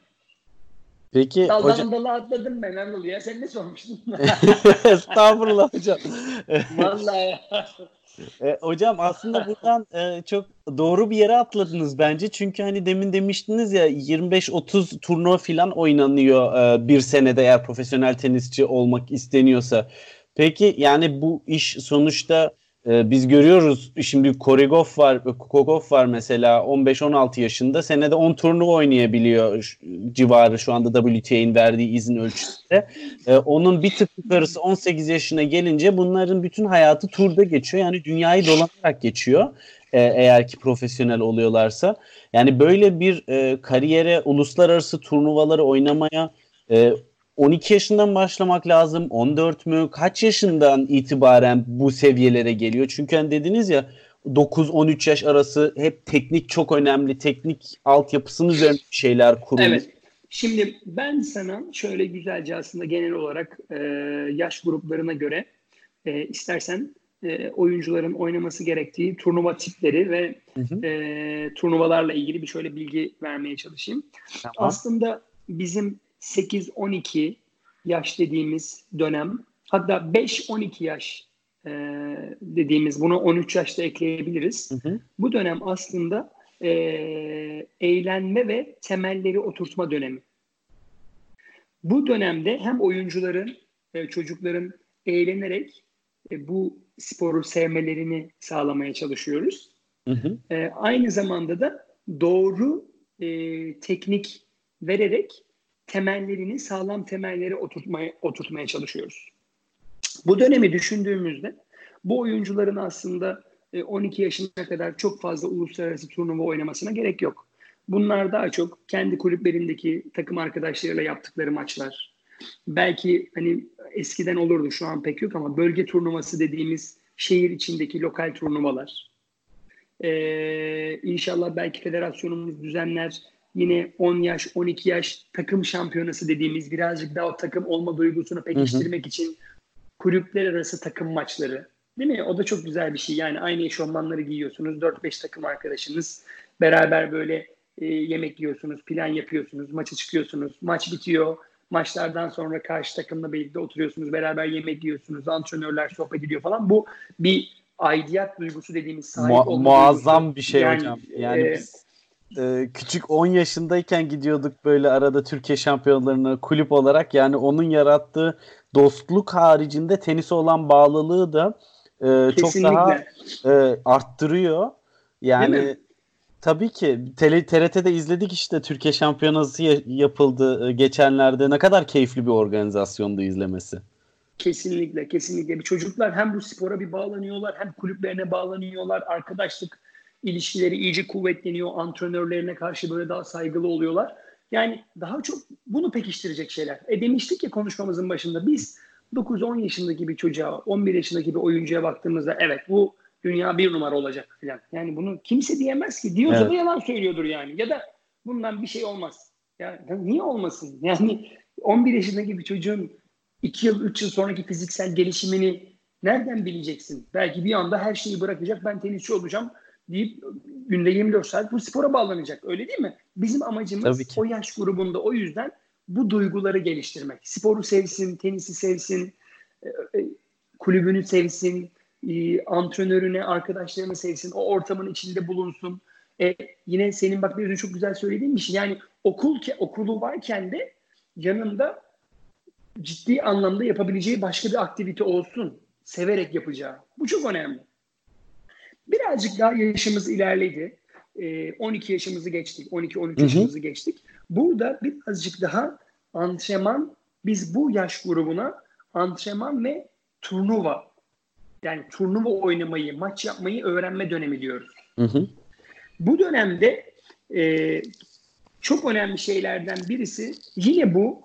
Peki daldan dala atladım ben Anadolu ya. Sen ne sormuştun? Estağfurullah hocam. Vallahi. Hocam aslında buradan çok doğru bir yere atladınız bence. Çünkü hani demin demiştiniz ya 25-30 turnuva falan oynanıyor bir senede eğer profesyonel tenisçi olmak isteniyorsa. Peki yani bu iş sonuçta biz görüyoruz, şimdi Kogov var mesela 15-16 yaşında, senede 10 turnuva oynayabiliyor civarı şu anda WTA'nin verdiği izin ölçüsünde. Onun bir tık yukarısı 18 yaşına gelince bunların bütün hayatı turda geçiyor. Yani dünyayı dolanarak geçiyor eğer ki profesyonel oluyorlarsa. Yani böyle bir kariyere, uluslararası turnuvaları oynamaya 12 yaşından başlamak lazım. 14 mü? Kaç yaşından itibaren bu seviyelere geliyor? Çünkü hani dediniz ya 9-13 yaş arası hep teknik çok önemli. Teknik altyapısının üzerine şeyler kurulmuş. Evet. Şimdi ben sana şöyle güzelce aslında genel olarak yaş gruplarına göre istersen oyuncuların oynaması gerektiği turnuva tipleri ve turnuvalarla ilgili bir şöyle bilgi vermeye çalışayım. Tamam. Aslında bizim 8-12 yaş dediğimiz dönem, hatta 5-12 yaş dediğimiz, buna 13 yaşta ekleyebiliriz. Bu dönem aslında eğlenme ve temelleri oturtma dönemi. Bu dönemde hem oyuncuların, çocukların eğlenerek bu sporu sevmelerini sağlamaya çalışıyoruz. Aynı zamanda da doğru teknik vererek temellerini, sağlam temelleri oturtmaya çalışıyoruz. Bu dönemi düşündüğümüzde bu oyuncuların aslında 12 yaşına kadar çok fazla uluslararası turnuva oynamasına gerek yok. Bunlar daha çok kendi kulüplerindeki takım arkadaşlarıyla yaptıkları maçlar. Belki hani eskiden olurdu, şu an pek yok ama bölge turnuvası dediğimiz şehir içindeki lokal turnuvalar. İnşallah belki federasyonumuz düzenler. Yine 10 yaş, 12 yaş takım şampiyonası dediğimiz, birazcık daha o takım olma duygusunu pekiştirmek için kulüpler arası takım maçları. Değil mi? O da çok güzel bir şey. Yani aynı eşofmanları giyiyorsunuz. 4-5 takım arkadaşınız. Beraber böyle yemek yiyorsunuz, plan yapıyorsunuz, maça çıkıyorsunuz. Maç bitiyor. Maçlardan sonra karşı takımla birlikte oturuyorsunuz. Beraber yemek yiyorsunuz. Antrenörler sohbet ediyor falan. Bu bir aidiyet duygusu dediğimiz, sahip olma muazzam duygusu. Bir şey yani, hocam. Yani biz küçük 10 yaşındayken gidiyorduk böyle arada Türkiye şampiyonlarına kulüp olarak. Yani onun yarattığı dostluk haricinde tenise olan bağlılığı da çok daha arttırıyor. Yani tabii ki TRT'de izledik işte, Türkiye şampiyonası yapıldı geçenlerde. Ne kadar keyifli bir organizasyondu izlemesi. Kesinlikle, kesinlikle. Bir çocuklar hem bu spora bir bağlanıyorlar, hem kulüplerine bağlanıyorlar. Arkadaşlık ilişkileri iyice kuvvetleniyor. Antrenörlerine karşı böyle daha saygılı oluyorlar. Yani daha çok bunu pekiştirecek şeyler. Demiştik ya konuşmamızın başında, biz 9-10 yaşındaki bir çocuğa, 11 yaşındaki bir oyuncuya baktığımızda evet bu dünya bir numara olacak falan. Yani bunu kimse diyemez ki. Diyorsa da yalan söylüyordur yani. Ya da bundan bir şey olmaz. Ya niye olmasın? Yani 11 yaşındaki bir çocuğun 2 yıl, 3 yıl sonraki fiziksel gelişimini nereden bileceksin? Belki bir anda her şeyi bırakacak, ben tenisçi olacağım deyip günde 24 saat bu spora bağlanacak. Öyle değil mi? Bizim amacımız o yaş grubunda o yüzden bu duyguları geliştirmek. Sporu sevsin, tenisi sevsin, kulübünü sevsin, antrenörüne, arkadaşlarını sevsin, o ortamın içinde bulunsun. Yine senin bak bir çok güzel söylediğin bir şey. Yani okulu varken de yanında ciddi anlamda yapabileceği başka bir aktivite olsun. Severek yapacağı. Bu çok önemli. Birazcık daha yaşımız ilerledi. 12 yaşımızı geçtik. 12-13 yaşımızı geçtik. Burada birazcık daha antrenman, biz bu yaş grubuna antrenman ve turnuva, yani turnuva oynamayı, maç yapmayı öğrenme dönemi diyoruz. Bu dönemde çok önemli şeylerden birisi yine bu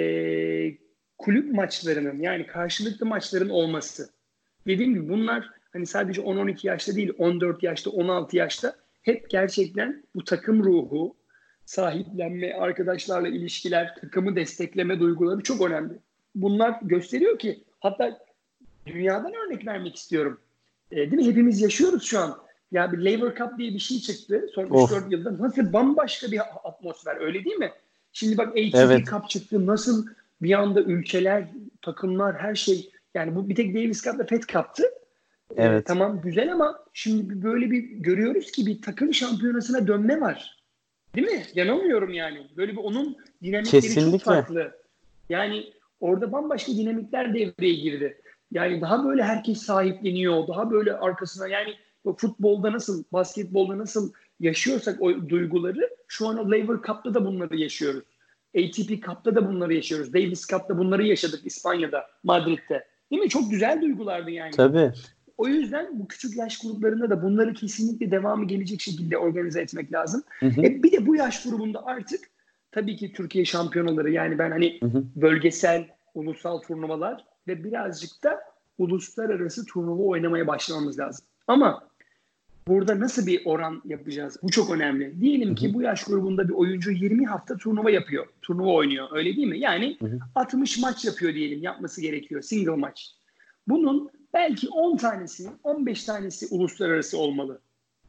kulüp maçlarının, yani karşılıklı maçların olması. Dediğim gibi bunlar hani sadece 10-12 yaşta değil, 14 yaşta, 16 yaşta hep gerçekten bu takım ruhu, sahiplenme, arkadaşlarla ilişkiler, takımı destekleme duyguları çok önemli. Bunlar gösteriyor ki, hatta dünyadan örnek vermek istiyorum. Değil mi? Hepimiz yaşıyoruz şu an. Ya bir Lever Cup diye bir şey çıktı son 3-4 yılda. Nasıl bambaşka bir atmosfer, öyle değil mi? Şimdi bak ATP Cup çıktı. Nasıl bir anda ülkeler, takımlar, her şey. Yani bu bir tek Davis Cup ve Fed Cup'tı. Tamam güzel ama şimdi böyle bir görüyoruz ki bir takım şampiyonasına dönme var. Değil mi? Yanılmıyorum yani. Böyle bir onun dinamikleri çok farklı. Yani orada bambaşka dinamikler devreye girdi. Yani daha böyle herkes sahipleniyor. Daha böyle arkasına, yani futbolda nasıl, basketbolda nasıl yaşıyorsak o duyguları, şu an o Lever Cup'ta da bunları yaşıyoruz. ATP Cup'ta da bunları yaşıyoruz. Davis Cup'ta bunları yaşadık İspanya'da, Madrid'de. Değil mi? Çok güzel duygulardı yani. Tabii. O yüzden bu küçük yaş gruplarında da bunları kesinlikle devamı gelecek şekilde organize etmek lazım. Bir de bu yaş grubunda artık tabii ki Türkiye şampiyonaları, yani ben hani bölgesel, ulusal turnuvalar ve birazcık da uluslararası turnuva oynamaya başlamamız lazım. Ama burada nasıl bir oran yapacağız? Bu çok önemli. Diyelim ki bu yaş grubunda bir oyuncu 20 hafta turnuva yapıyor. Turnuva oynuyor. Öyle değil mi? Yani 60 maç yapıyor diyelim. Yapması gerekiyor. Single maç. Bunun belki 10 tanesi, 15 tanesi uluslararası olmalı.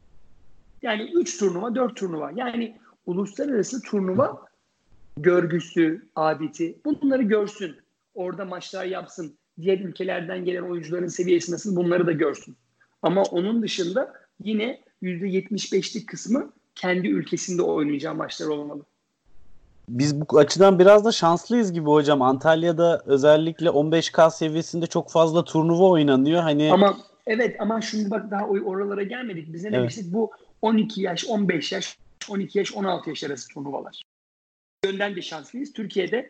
Yani 3 turnuva, 4 turnuva. Yani uluslararası turnuva görgüsü, adeti, bunları görsün. Orada maçlar yapsın. Diğer ülkelerden gelen oyuncuların seviyesi nasıl, bunları da görsün. Ama onun dışında yine %75'lik kısmı kendi ülkesinde oynayacağı maçlar olmalı. Biz bu açıdan biraz da şanslıyız gibi hocam. Antalya'da özellikle 15K seviyesinde çok fazla turnuva oynanıyor. Ama şimdi bak daha oralara gelmedik. Bize ne demiştik? Bu 12 yaş, 15 yaş, 12 yaş, 16 yaş arası turnuvalar. Yönden de şanslıyız. Türkiye'de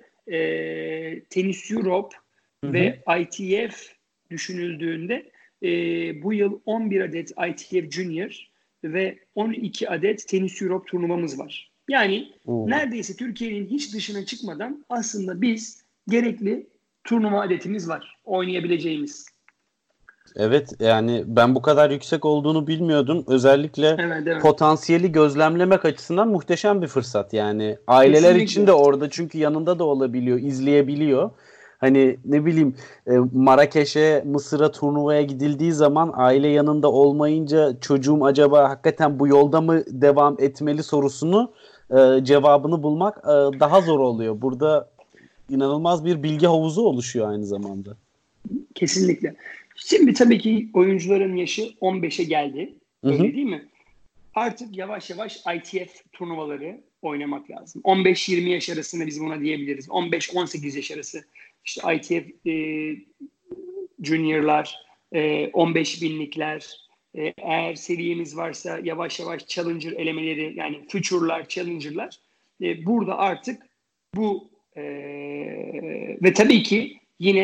Tennis Europe ve ITF düşünüldüğünde bu yıl 11 adet ITF Junior ve 12 adet Tennis Europe turnuvamız var. Yani neredeyse Türkiye'nin hiç dışına çıkmadan aslında biz gerekli turnuva adetimiz var oynayabileceğimiz. Evet, yani ben bu kadar yüksek olduğunu bilmiyordum. Özellikle potansiyeli gözlemlemek açısından muhteşem bir fırsat yani. Aileler için de orada, çünkü yanında da olabiliyor, izleyebiliyor. Hani ne bileyim, Marrakeş'e, Mısır'a turnuvaya gidildiği zaman aile yanında olmayınca çocuğum acaba hakikaten bu yolda mı devam etmeli sorusunu cevabını bulmak daha zor oluyor. Burada inanılmaz bir bilgi havuzu oluşuyor aynı zamanda. Kesinlikle. Şimdi tabii ki oyuncuların yaşı 15'e geldi. Öyle değil mi? Artık yavaş yavaş ITF turnuvaları oynamak lazım. 15-20 yaş arasında biz buna diyebiliriz. 15-18 yaş arası. İşte ITF Junior'lar, 15 binlikler, eğer seriyemiz varsa yavaş yavaş Challenger elemeleri, yani Future'lar, Challenger'lar. Burada artık bu ve tabii ki yine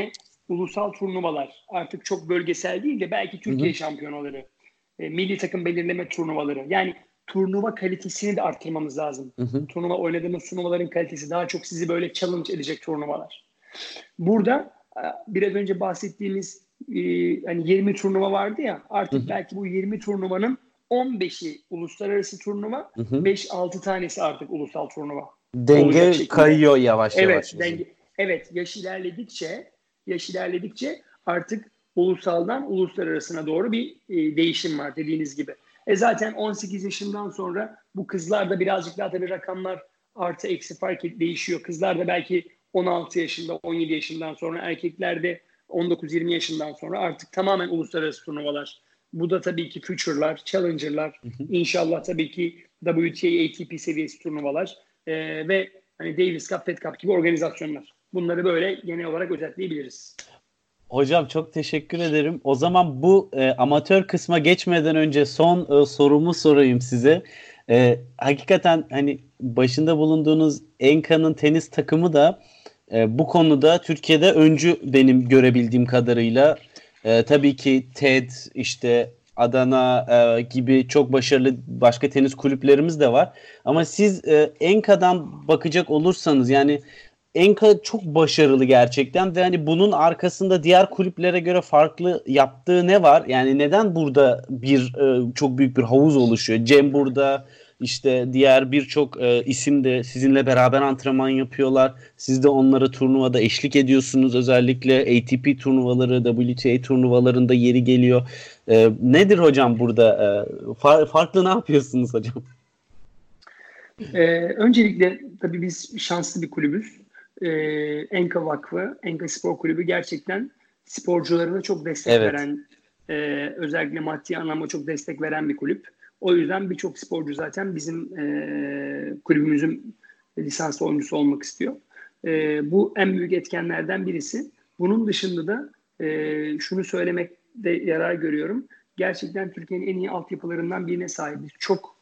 ulusal turnuvalar, artık çok bölgesel değil de belki Türkiye şampiyonaları, milli takım belirleme turnuvaları. Yani turnuva kalitesini de arttırmamız lazım. Turnuva oynadığımız turnuvaların kalitesi daha çok sizi böyle challenge edecek turnuvalar. Burada biraz önce bahsettiğimiz hani 20 turnuva vardı ya, artık belki bu 20 turnuvanın 15'i uluslararası turnuva, 5-6 tanesi artık ulusal turnuva. Denge kayıyor yavaş yavaş. Evet, yaş ilerledikçe artık ulusaldan uluslararasına doğru bir değişim var dediğiniz gibi. Zaten 18 yaşından sonra bu kızlarda birazcık daha tabii rakamlar artı eksi değişiyor. Kızlarda belki 16 yaşında, 17 yaşından sonra, erkeklerde 19-20 yaşından sonra artık tamamen uluslararası turnuvalar. Bu da tabii ki Future'lar, Challenger'lar, inşallah tabii ki WTA, ATP seviyesi turnuvalar ve hani Davis Cup, Fed Cup gibi organizasyonlar. Bunları böyle genel olarak özetleyebiliriz. Hocam çok teşekkür ederim. O zaman bu amatör kısma geçmeden önce son sorumu sorayım size. Hakikaten hani başında bulunduğunuz ENKA'nın tenis takımı da bu konuda Türkiye'de öncü benim görebildiğim kadarıyla. Tabii ki TED, işte Adana gibi çok başarılı başka tenis kulüplerimiz de var. Ama siz ENKA'dan bakacak olursanız yani ENKA çok başarılı gerçekten ve hani bunun arkasında diğer kulüplere göre farklı yaptığı ne var? Yani neden burada çok büyük bir havuz oluşuyor? Cem burada, işte diğer birçok isim de sizinle beraber antrenman yapıyorlar. Siz de onlara turnuvada eşlik ediyorsunuz. Özellikle ATP turnuvaları, WTA turnuvalarında yeri geliyor. Nedir hocam burada? Farklı ne yapıyorsunuz hocam? Öncelikle tabii biz şanslı bir kulübüz. ENKA Vakfı, ENKA Spor Kulübü gerçekten sporcularına çok destek veren, özellikle maddi anlamda çok destek veren bir kulüp. O yüzden birçok sporcu zaten bizim kulübümüzün lisanslı oyuncusu olmak istiyor. Bu en büyük etkenlerden birisi. Bunun dışında da şunu söylemekte yarar görüyorum. Gerçekten Türkiye'nin en iyi altyapılarından birine sahibiz. Çok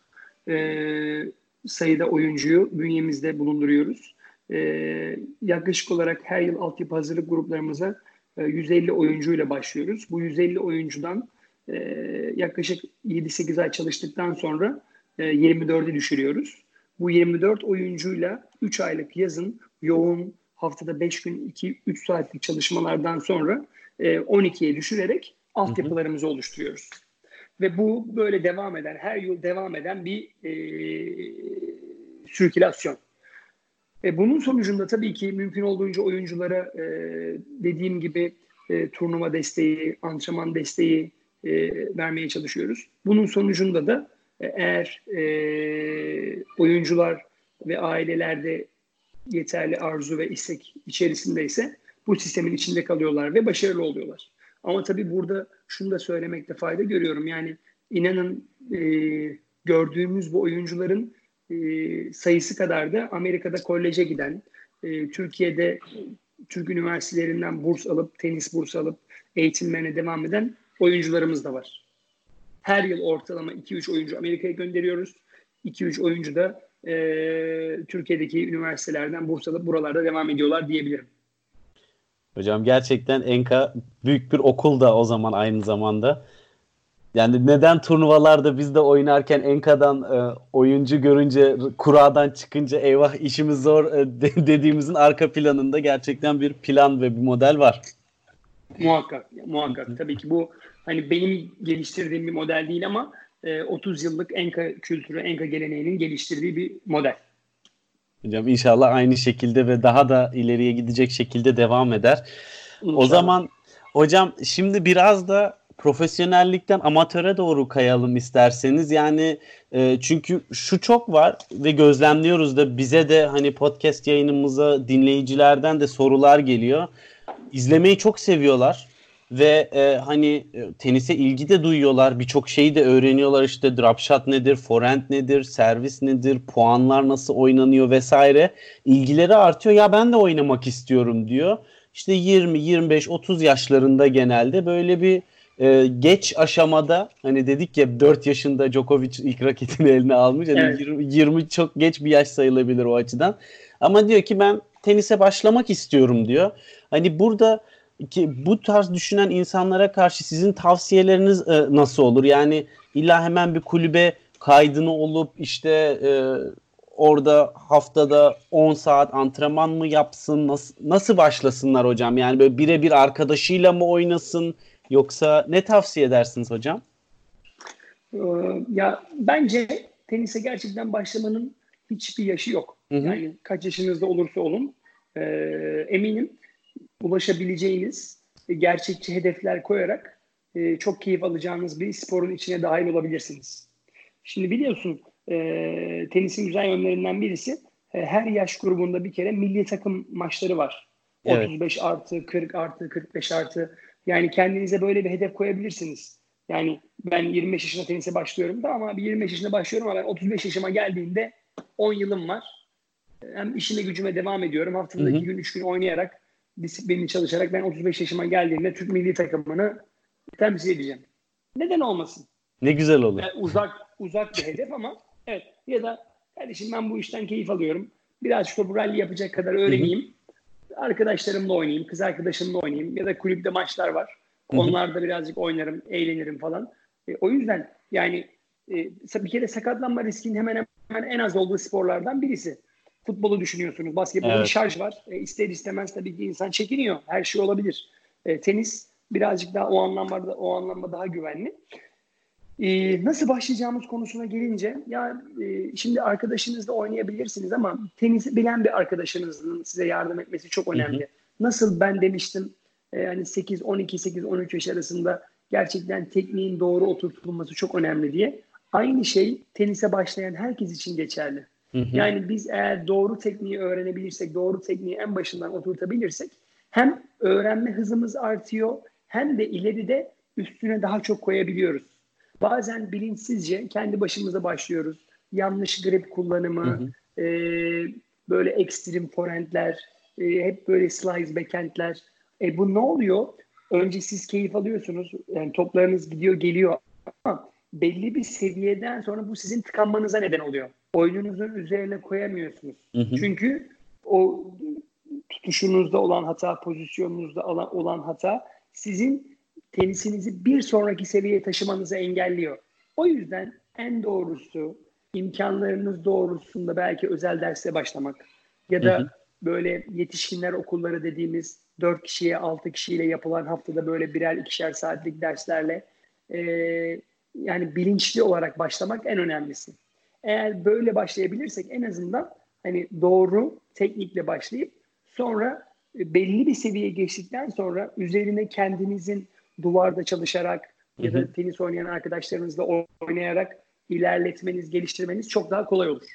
sayıda oyuncuyu bünyemizde bulunduruyoruz. Yaklaşık olarak her yıl altyapı hazırlık gruplarımıza 150 oyuncuyla başlıyoruz. Bu 150 oyuncudan yaklaşık 7-8 ay çalıştıktan sonra 24'e düşürüyoruz. Bu 24 oyuncuyla 3 aylık yazın yoğun haftada 5 gün 2-3 saatlik çalışmalardan sonra 12'ye düşürerek altyapılarımızı oluşturuyoruz. Ve bu böyle devam eden, her yıl devam eden bir sirkülasyon. Bunun sonucunda tabii ki mümkün olduğunca oyunculara dediğim gibi turnuva desteği, antrenman desteği vermeye çalışıyoruz. Bunun sonucunda da eğer oyuncular ve ailelerde yeterli arzu ve istek içerisindeyse bu sistemin içinde kalıyorlar ve başarılı oluyorlar. Ama tabii burada şunu da söylemekte fayda görüyorum. Yani inanın gördüğümüz bu oyuncuların sayısı kadar da Amerika'da koleje giden, Türkiye'de Türk üniversitelerinden burs alıp, tenis bursu alıp eğitimlerine devam eden oyuncularımız da var. Her yıl ortalama 2-3 oyuncu Amerika'ya gönderiyoruz. 2-3 oyuncu da Türkiye'deki üniversitelerden burs alıp buralarda devam ediyorlar diyebilirim. Hocam gerçekten ENKA büyük bir okul da o zaman aynı zamanda. Yani neden turnuvalarda biz de oynarken ENKA'dan oyuncu görünce, kuradan çıkınca eyvah işimiz zor dediğimizin arka planında gerçekten bir plan ve bir model var. Muhakkak. Tabii ki bu hani benim geliştirdiğim bir model değil ama 30 yıllık ENKA kültürü, ENKA geleneğinin geliştirdiği bir model. Hocam inşallah aynı şekilde ve daha da ileriye gidecek şekilde devam eder. İnşallah. O zaman hocam şimdi biraz da profesyonellikten amatöre doğru kayalım isterseniz. Yani çünkü şu çok var ve gözlemliyoruz da bize de hani podcast yayınımıza dinleyicilerden de sorular geliyor. İzlemeyi çok seviyorlar ve hani tenise ilgi de duyuyorlar. Birçok şeyi de öğreniyorlar, işte drop shot nedir, forehand nedir, servis nedir, puanlar nasıl oynanıyor vesaire. İlgileri artıyor. Ya ben de oynamak istiyorum diyor. İşte 20, 25, 30 yaşlarında genelde böyle bir geç aşamada, hani dedik ya 4 yaşında Djokovic ilk raketini eline almış. Yani evet. 20 çok geç bir yaş sayılabilir o açıdan. Ama diyor ki ben tenise başlamak istiyorum diyor. Hani burada ki bu tarz düşünen insanlara karşı sizin tavsiyeleriniz nasıl olur? Yani illa hemen bir kulübe kaydını olup işte orada haftada 10 saat antrenman mı yapsın? Nasıl başlasınlar hocam? Yani böyle birebir arkadaşıyla mı oynasın? Yoksa ne tavsiye edersiniz hocam? Ya bence tenise gerçekten başlamanın hiçbir yaşı yok. Hı hı. Yani kaç yaşınızda olursa olun eminim ulaşabileceğiniz gerçekçi hedefler koyarak çok keyif alacağınız bir sporun içine dahil olabilirsiniz. Şimdi biliyorsun tenisin güzel yönlerinden birisi her yaş grubunda bir kere milli takım maçları var. Evet. 35 artı, 40 artı, 45 artı. Yani kendinize böyle bir hedef koyabilirsiniz. Yani ben 25 yaşında tenise başlıyorum da ama bir 25 yaşında başlıyorum ama ben 35 yaşıma geldiğimde 10 yılım var. Hem işime gücüme devam ediyorum. Haftada 2 gün 3 gün oynayarak disiplinli çalışarak ben 35 yaşıma geldiğimde Türk milli takımını temsil edeceğim. Neden olmasın? Ne güzel olur. Yani uzak bir hedef ama evet, ya da kardeşim ben bu işten keyif alıyorum. Biraz şu topu rally yapacak kadar öğreneyim. Arkadaşlarımla oynayayım, kız arkadaşımla oynayayım ya da kulüpte maçlar var. Onlarda birazcık oynarım, eğlenirim falan. O yüzden yani bir kere sakatlanma riskinin hemen hemen en az olduğu sporlardan birisi. Futbolu düşünüyorsunuz, basketbolda bir şarj var. İster istemez tabii ki insan çekiniyor. Her şey olabilir. Tenis birazcık daha o anlamda daha güvenli. Nasıl başlayacağımız konusuna gelince şimdi arkadaşınızla oynayabilirsiniz ama tenisi bilen bir arkadaşınızın size yardım etmesi çok önemli. Nasıl ben demiştim hani 8-12-8-13 yaş arasında gerçekten tekniğin doğru oturtulması çok önemli diye. Aynı şey tenise başlayan herkes için geçerli. Yani biz eğer doğru tekniği öğrenebilirsek, doğru tekniği en başından oturtabilirsek hem öğrenme hızımız artıyor hem de ileride üstüne daha çok koyabiliyoruz. Bazen bilinçsizce kendi başımıza başlıyoruz. Yanlış grip kullanımı, böyle ekstrem forehandler, hep böyle slice backhandler. Bu ne oluyor? Önce siz keyif alıyorsunuz. Yani toplarınız gidiyor geliyor ama belli bir seviyeden sonra bu sizin tıkanmanıza neden oluyor. Oyununuzun üzerine koyamıyorsunuz. Çünkü o tutuşunuzda olan hata, pozisyonunuzda olan hata sizin tenisinizi bir sonraki seviyeye taşımanızı engelliyor. O yüzden en doğrusu imkanlarınız doğrultusunda belki özel derse başlamak ya da böyle yetişkinler okulları dediğimiz 4 kişiye 6 kişiyle yapılan haftada böyle birer 2'şer saatlik derslerle yani bilinçli olarak başlamak en önemlisi. Eğer böyle başlayabilirsek en azından hani doğru teknikle başlayıp sonra belli bir seviyeye geçtikten sonra üzerine kendinizin duvarda çalışarak ya da tenis oynayan arkadaşlarınızla oynayarak ilerletmeniz, geliştirmeniz çok daha kolay olur.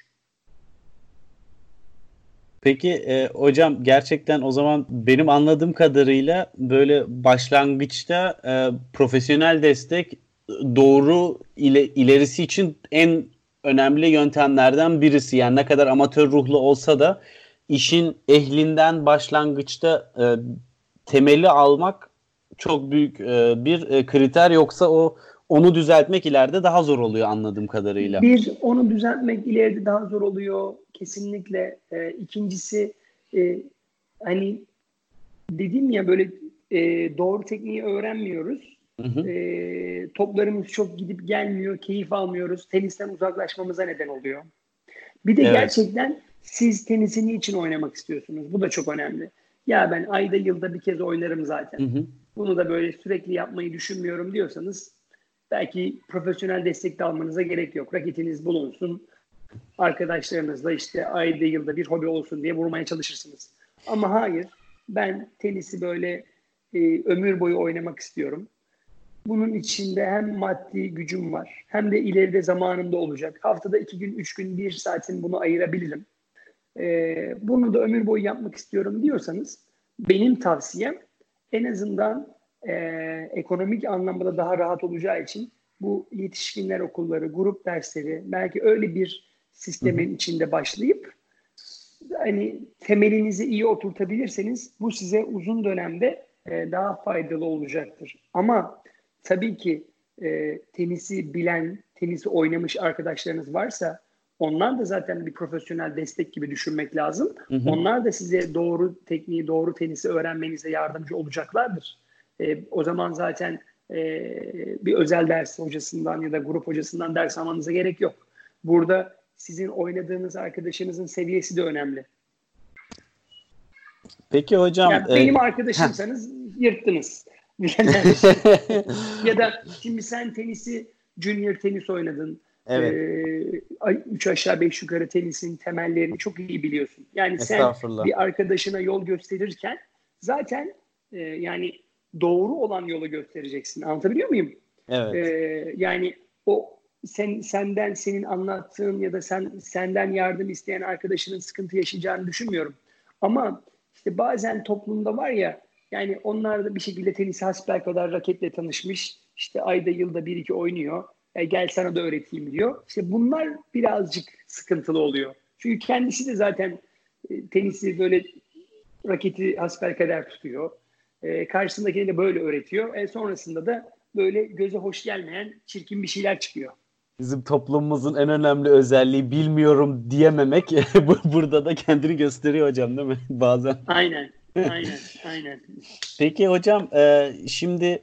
Peki hocam gerçekten o zaman benim anladığım kadarıyla böyle başlangıçta profesyonel destek doğru ilerisi için en önemli yöntemlerden birisi. Yani ne kadar amatör ruhlu olsa da işin ehlinden başlangıçta temeli almak çok büyük bir kriter, yoksa onu düzeltmek ileride daha zor oluyor anladığım kadarıyla. Onu düzeltmek ileride daha zor oluyor kesinlikle. İkincisi hani dedim ya böyle doğru tekniği öğrenmiyoruz. Toplarımız çok gidip gelmiyor, keyif almıyoruz. Tenisten uzaklaşmamıza neden oluyor. Bir de gerçekten siz tenisi niçin oynamak istiyorsunuz? Bu da çok önemli. Ya ben ayda yılda bir kez oynarım zaten. Bunu da böyle sürekli yapmayı düşünmüyorum diyorsanız belki profesyonel destek de almanıza gerek yok. Raketiniz bulunsun. Arkadaşlarınızla işte ayda yılda bir hobi olsun diye vurmaya çalışırsınız. Ama hayır, ben tenisi böyle ömür boyu oynamak istiyorum. Bunun içinde hem maddi gücüm var hem de ileride zamanımda olacak. Haftada 2 gün, 3 gün, 1 saatin bunu ayırabilirim. Bunu da ömür boyu yapmak istiyorum diyorsanız benim tavsiyem en azından ekonomik anlamda daha rahat olacağı için bu yetişkinler okulları, grup dersleri belki öyle bir sistemin içinde başlayıp hani temelinizi iyi oturtabilirseniz bu size uzun dönemde daha faydalı olacaktır. Ama tabii ki tenisi bilen, tenisi oynamış arkadaşlarınız varsa Onlar da zaten bir profesyonel destek gibi düşünmek lazım. Hı hı. Onlar da size doğru tekniği, doğru tenisi öğrenmenize yardımcı olacaklardır. O zaman zaten bir özel ders hocasından ya da grup hocasından ders almanıza gerek yok. Burada sizin oynadığınız arkadaşınızın seviyesi de önemli. Peki hocam. Yani benim arkadaşımsanız yırttınız. Ya da şimdi sen junior tenis oynadın. Evet. 3 aşağı 5 yukarı tenisin temellerini çok iyi biliyorsun. Yani sen bir arkadaşına yol gösterirken zaten yani doğru olan yolu göstereceksin. Anlatabiliyor muyum? Evet. Yani o senin anlattığın ya da senden yardım isteyen arkadaşının sıkıntı yaşayacağını düşünmüyorum. Ama işte bazen toplumda var ya, yani onlar da bir şekilde tenis hasbelkader raketle tanışmış. İşte ayda yılda 1-2 oynuyor. Gel sana da öğreteyim diyor. İşte bunlar birazcık sıkıntılı oluyor. Çünkü kendisi de zaten tenisi böyle raketi hasbelkader tutuyor. Karşısındakini de böyle öğretiyor. Sonrasında da böyle göze hoş gelmeyen çirkin bir şeyler çıkıyor. Bizim toplumumuzun en önemli özelliği bilmiyorum diyememek. Burada da kendini gösteriyor hocam, değil mi? Bazen. Aynen. Peki hocam, şimdi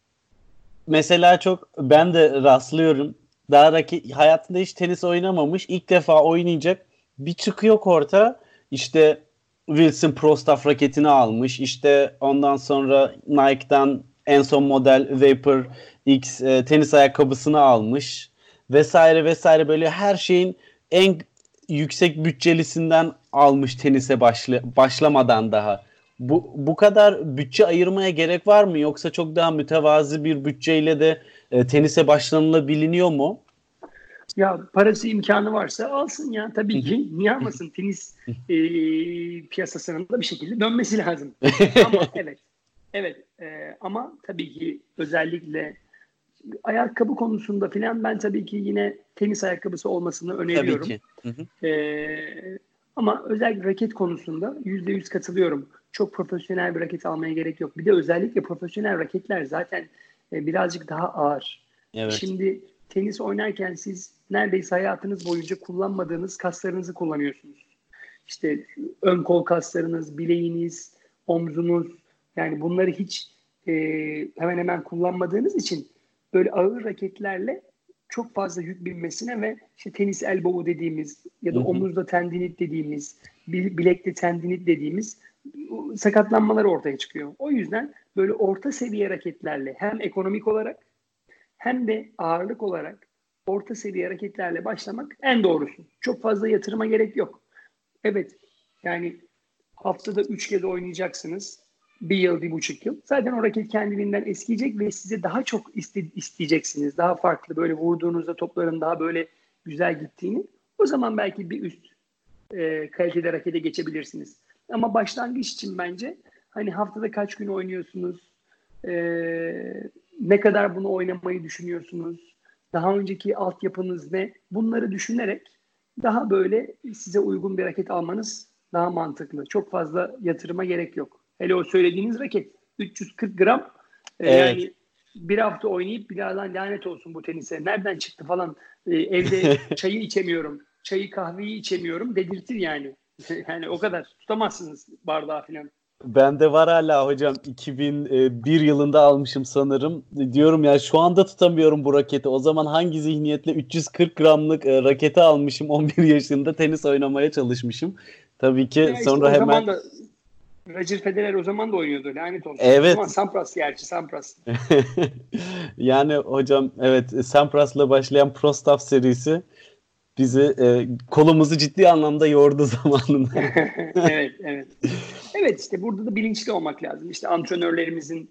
mesela çok ben de rastlıyorum. Daha hayatında hiç tenis oynamamış, ilk defa oynayacak. Bir çıkıyor korta, işte Wilson Pro Staff raketini almış. İşte ondan sonra Nike'dan en son model Vapor X tenis ayakkabısını almış. Vesaire vesaire, böyle her şeyin en yüksek bütçelisinden almış tenise başlamadan daha. Bu kadar bütçe ayırmaya gerek var mı? Yoksa çok daha mütevazi bir bütçeyle de tenise başlanılabiliyor mu? Ya parası imkanı varsa alsın ya, tabii ki. Niye almasın? Tenis piyasasının da bir şekilde dönmesi lazım. Ama evet ama tabii ki özellikle ayakkabı konusunda filan ben tabii ki yine tenis ayakkabısı olmasını öneriyorum. Tabii ki. Ama özellikle raket konusunda %100 katılıyorum. Çok profesyonel bir raket almaya gerek yok. Bir de özellikle profesyonel raketler zaten birazcık daha ağır. Evet. Şimdi tenis oynarken siz neredeyse hayatınız boyunca kullanmadığınız kaslarınızı kullanıyorsunuz. İşte ön kol kaslarınız, bileğiniz, omzunuz, yani bunları hiç hemen hemen kullanmadığınız için böyle ağır raketlerle çok fazla yük binmesine ve işte tenis elbow dediğimiz ya da omuzda tendinit dediğimiz, bilekte tendinit dediğimiz sakatlanmalar ortaya çıkıyor. O yüzden böyle orta seviye raketlerle hem ekonomik olarak hem de ağırlık olarak orta seviye hareketlerle başlamak en doğrusu. Çok fazla yatırıma gerek yok. Evet, yani haftada 3 kez oynayacaksınız. 1 yıl, 1,5 yıl. Zaten o raket kendiliğinden eskiyecek ve size daha çok isteyeceksiniz. Daha farklı, böyle vurduğunuzda topların daha böyle güzel gittiğini. O zaman belki bir üst kalitede rakete geçebilirsiniz. Ama başlangıç için bence hani haftada kaç gün oynuyorsunuz? Ne kadar bunu oynamayı düşünüyorsunuz? Daha önceki altyapınız ne? Bunları düşünerek daha böyle size uygun bir raket almanız daha mantıklı. Çok fazla yatırıma gerek yok. Hele o söylediğiniz raket 340 gram. Evet. Yani bir hafta oynayıp birazdan lanet olsun bu tenise. Nereden çıktı falan. Evde çayı içemiyorum. Çayı kahveyi içemiyorum dedirtir yani. Yani o kadar. Tutamazsınız bardağı falan. Bende var hala hocam. 2001 yılında almışım sanırım. Diyorum ya, şu anda tutamıyorum bu raketi. O zaman hangi zihniyetle 340 gramlık raketi almışım. 11 yaşında tenis oynamaya çalışmışım. Tabii ki ya sonra işte hemen... Roger Federer o zaman da oynuyordu. Lanet olsun. Evet. O zaman Sampras gerçi. Sampras. Yani hocam evet, Sampras'la başlayan Pro Staff serisi bizi kolumuzu ciddi anlamda yordu zamanında. Evet. Evet, işte burada da bilinçli olmak lazım. İşte antrenörlerimizin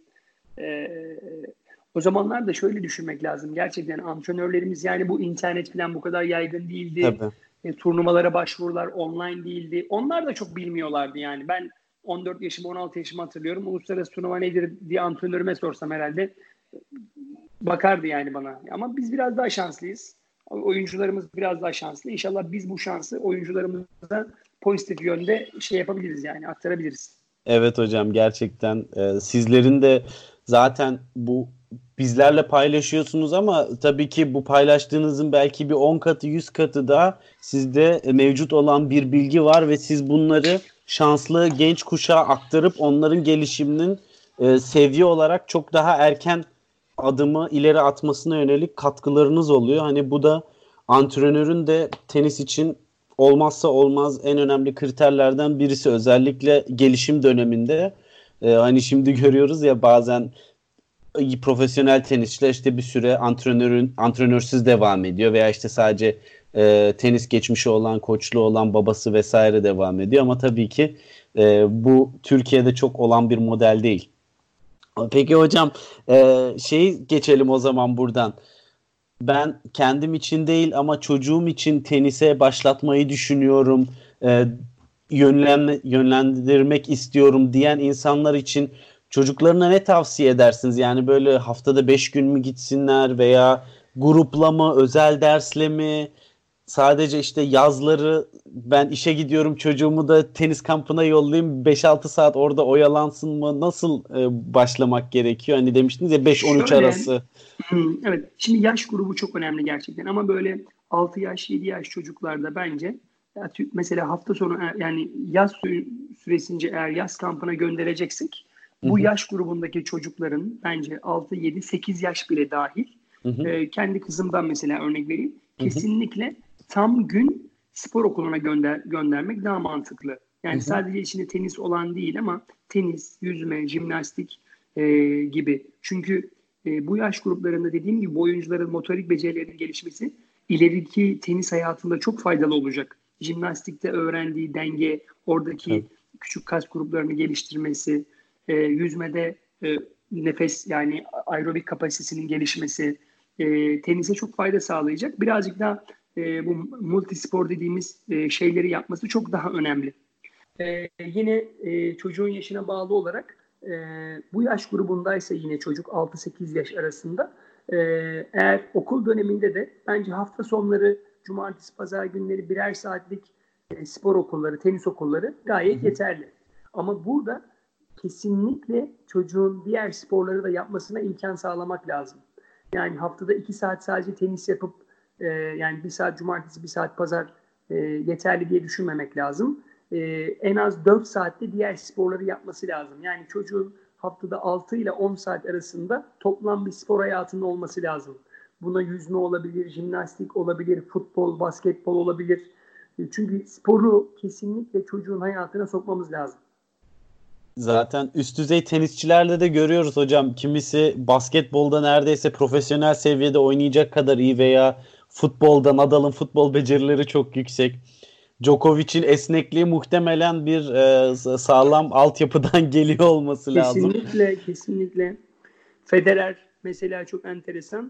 o zamanlar da şöyle düşünmek lazım. Gerçekten antrenörlerimiz, yani bu internet falan bu kadar yaygın değildi. Turnuvalara başvurular online değildi. Onlar da çok bilmiyorlardı yani. Ben 14 yaşımı 16 yaşımı hatırlıyorum. Uluslararası turnuva nedir diye antrenörüme sorsam herhalde bakardı yani bana. Ama biz biraz daha şanslıyız. Oyuncularımız biraz daha şanslı. İnşallah biz bu şansı oyuncularımıza pozitif yönde yapabiliriz, yani aktarabiliriz. Evet hocam, gerçekten sizlerin de zaten bu bizlerle paylaşıyorsunuz ama tabii ki bu paylaştığınızın belki bir 10 katı 100 katı da sizde mevcut olan bir bilgi var ve siz bunları şanslı genç kuşağa aktarıp onların gelişiminin seviye olarak çok daha erken adımı ileri atmasına yönelik katkılarınız oluyor. Hani bu da antrenörün de tenis için olmazsa olmaz en önemli kriterlerden birisi, özellikle gelişim döneminde. Hani şimdi görüyoruz ya, bazen profesyonel tenisçiler işte bir süre antrenörsüz devam ediyor veya işte sadece tenis geçmişi olan, koçlu olan babası vesaire devam ediyor ama tabii ki bu Türkiye'de çok olan bir model değil. Peki hocam, geçelim o zaman buradan. Ben kendim için değil ama çocuğum için tenise başlatmayı düşünüyorum, yönlendirmek istiyorum diyen insanlar için çocuklarına ne tavsiye edersiniz? Yani böyle haftada 5 gün mü gitsinler veya grupla mı, özel dersle mi? Sadece işte yazları ben işe gidiyorum, çocuğumu da tenis kampına yollayayım, 5-6 saat orada oyalansın mı? Nasıl başlamak gerekiyor? Hani demiştiniz ya 5-13 Şöyle, arası. Evet, şimdi yaş grubu çok önemli gerçekten ama böyle 6 yaş, 7 yaş çocuklarda bence mesela hafta sonu yani yaz süresince eğer yaz kampına göndereceksek bu yaş grubundaki çocukların bence 6, 7, 8 yaş bile dahil kendi kızımdan mesela örnek vereyim. Kesinlikle tam gün spor okuluna göndermek daha mantıklı. Yani sadece içinde tenis olan değil ama tenis, yüzme, jimnastik gibi. Çünkü bu yaş gruplarında dediğim gibi bu oyuncuların motorik becerilerinin gelişmesi ileriki tenis hayatında çok faydalı olacak. Jimnastikte öğrendiği denge, oradaki küçük kas gruplarını geliştirmesi, yüzmede nefes yani aerobik kapasitesinin gelişmesi tenise çok fayda sağlayacak. Birazcık daha bu multispor dediğimiz şeyleri yapması çok daha önemli. Yine çocuğun yaşına bağlı olarak bu yaş grubundaysa yine çocuk 6-8 yaş arasında eğer okul döneminde de bence hafta sonları cumartesi pazar günleri birer saatlik spor okulları, tenis okulları gayet yeterli. Ama burada kesinlikle çocuğun diğer sporları da yapmasına imkan sağlamak lazım. Yani haftada 2 saat sadece tenis yapıp yani 1 saat cumartesi 1 saat pazar yeterli diye düşünmemek lazım. En az 4 saatte diğer sporları yapması lazım. Yani çocuğun haftada 6 ile 10 saat arasında toplam bir spor hayatının olması lazım. Buna yüzme olabilir, jimnastik olabilir, futbol, basketbol olabilir. Çünkü sporu kesinlikle çocuğun hayatına sokmamız lazım. Zaten üst düzey tenisçilerde de görüyoruz hocam. Kimisi basketbolda neredeyse profesyonel seviyede oynayacak kadar iyi veya futbolda Nadal'ın futbol becerileri çok yüksek. Djokovic'in esnekliği muhtemelen bir sağlam altyapıdan geliyor olması lazım. Kesinlikle. Federer mesela çok enteresan.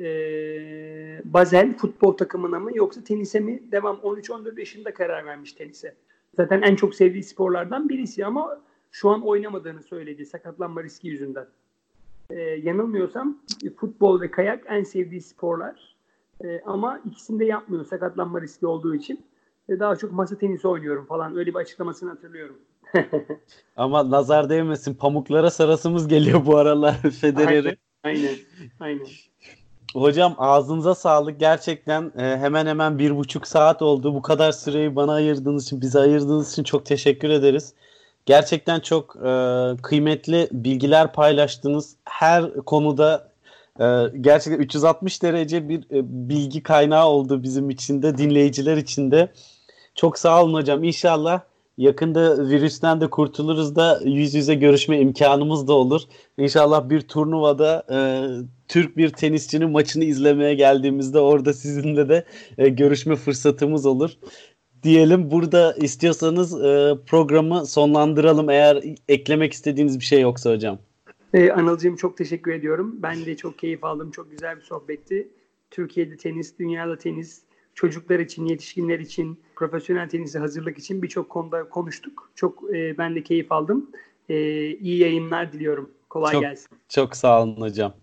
Basel futbol takımına mı yoksa tenise mi? Devam 13-14 yaşında karar vermiş tenise. Zaten en çok sevdiği sporlardan birisi ama şu an oynamadığını söyledi sakatlanma riski yüzünden. Yanılmıyorsam futbol ve kayak en sevdiği sporlar. Ama ikisini de yapmıyor sakatlanma riski olduğu için. Daha çok masa tenisi oynuyorum falan. Öyle bir açıklamasını hatırlıyorum. Ama nazar değmesin, pamuklara sarasımız geliyor bu aralar Federer'i. Aynen. Hocam ağzınıza sağlık. Gerçekten hemen hemen 1,5 saat oldu. Bu kadar süreyi bana ayırdığınız için, bize ayırdığınız için çok teşekkür ederiz. Gerçekten çok kıymetli bilgiler paylaştınız. Her konuda gerçekten 360 derece bir bilgi kaynağı oldu bizim için de, dinleyiciler için de. Çok sağ olun hocam. İnşallah yakında virüsten de kurtuluruz da yüz yüze görüşme imkanımız da olur. İnşallah bir turnuvada Türk bir tenisçinin maçını izlemeye geldiğimizde orada sizinle de görüşme fırsatımız olur. Diyelim, burada istiyorsanız programı sonlandıralım eğer eklemek istediğiniz bir şey yoksa hocam. Anılcığım çok teşekkür ediyorum. Ben de çok keyif aldım. Çok güzel bir sohbetti. Türkiye'de tenis, dünyada tenis, çocuklar için, yetişkinler için, profesyonel tenise hazırlık için birçok konuda konuştuk. Çok ben de keyif aldım. İyi yayınlar diliyorum. Kolay gelsin. Çok sağ olun hocam.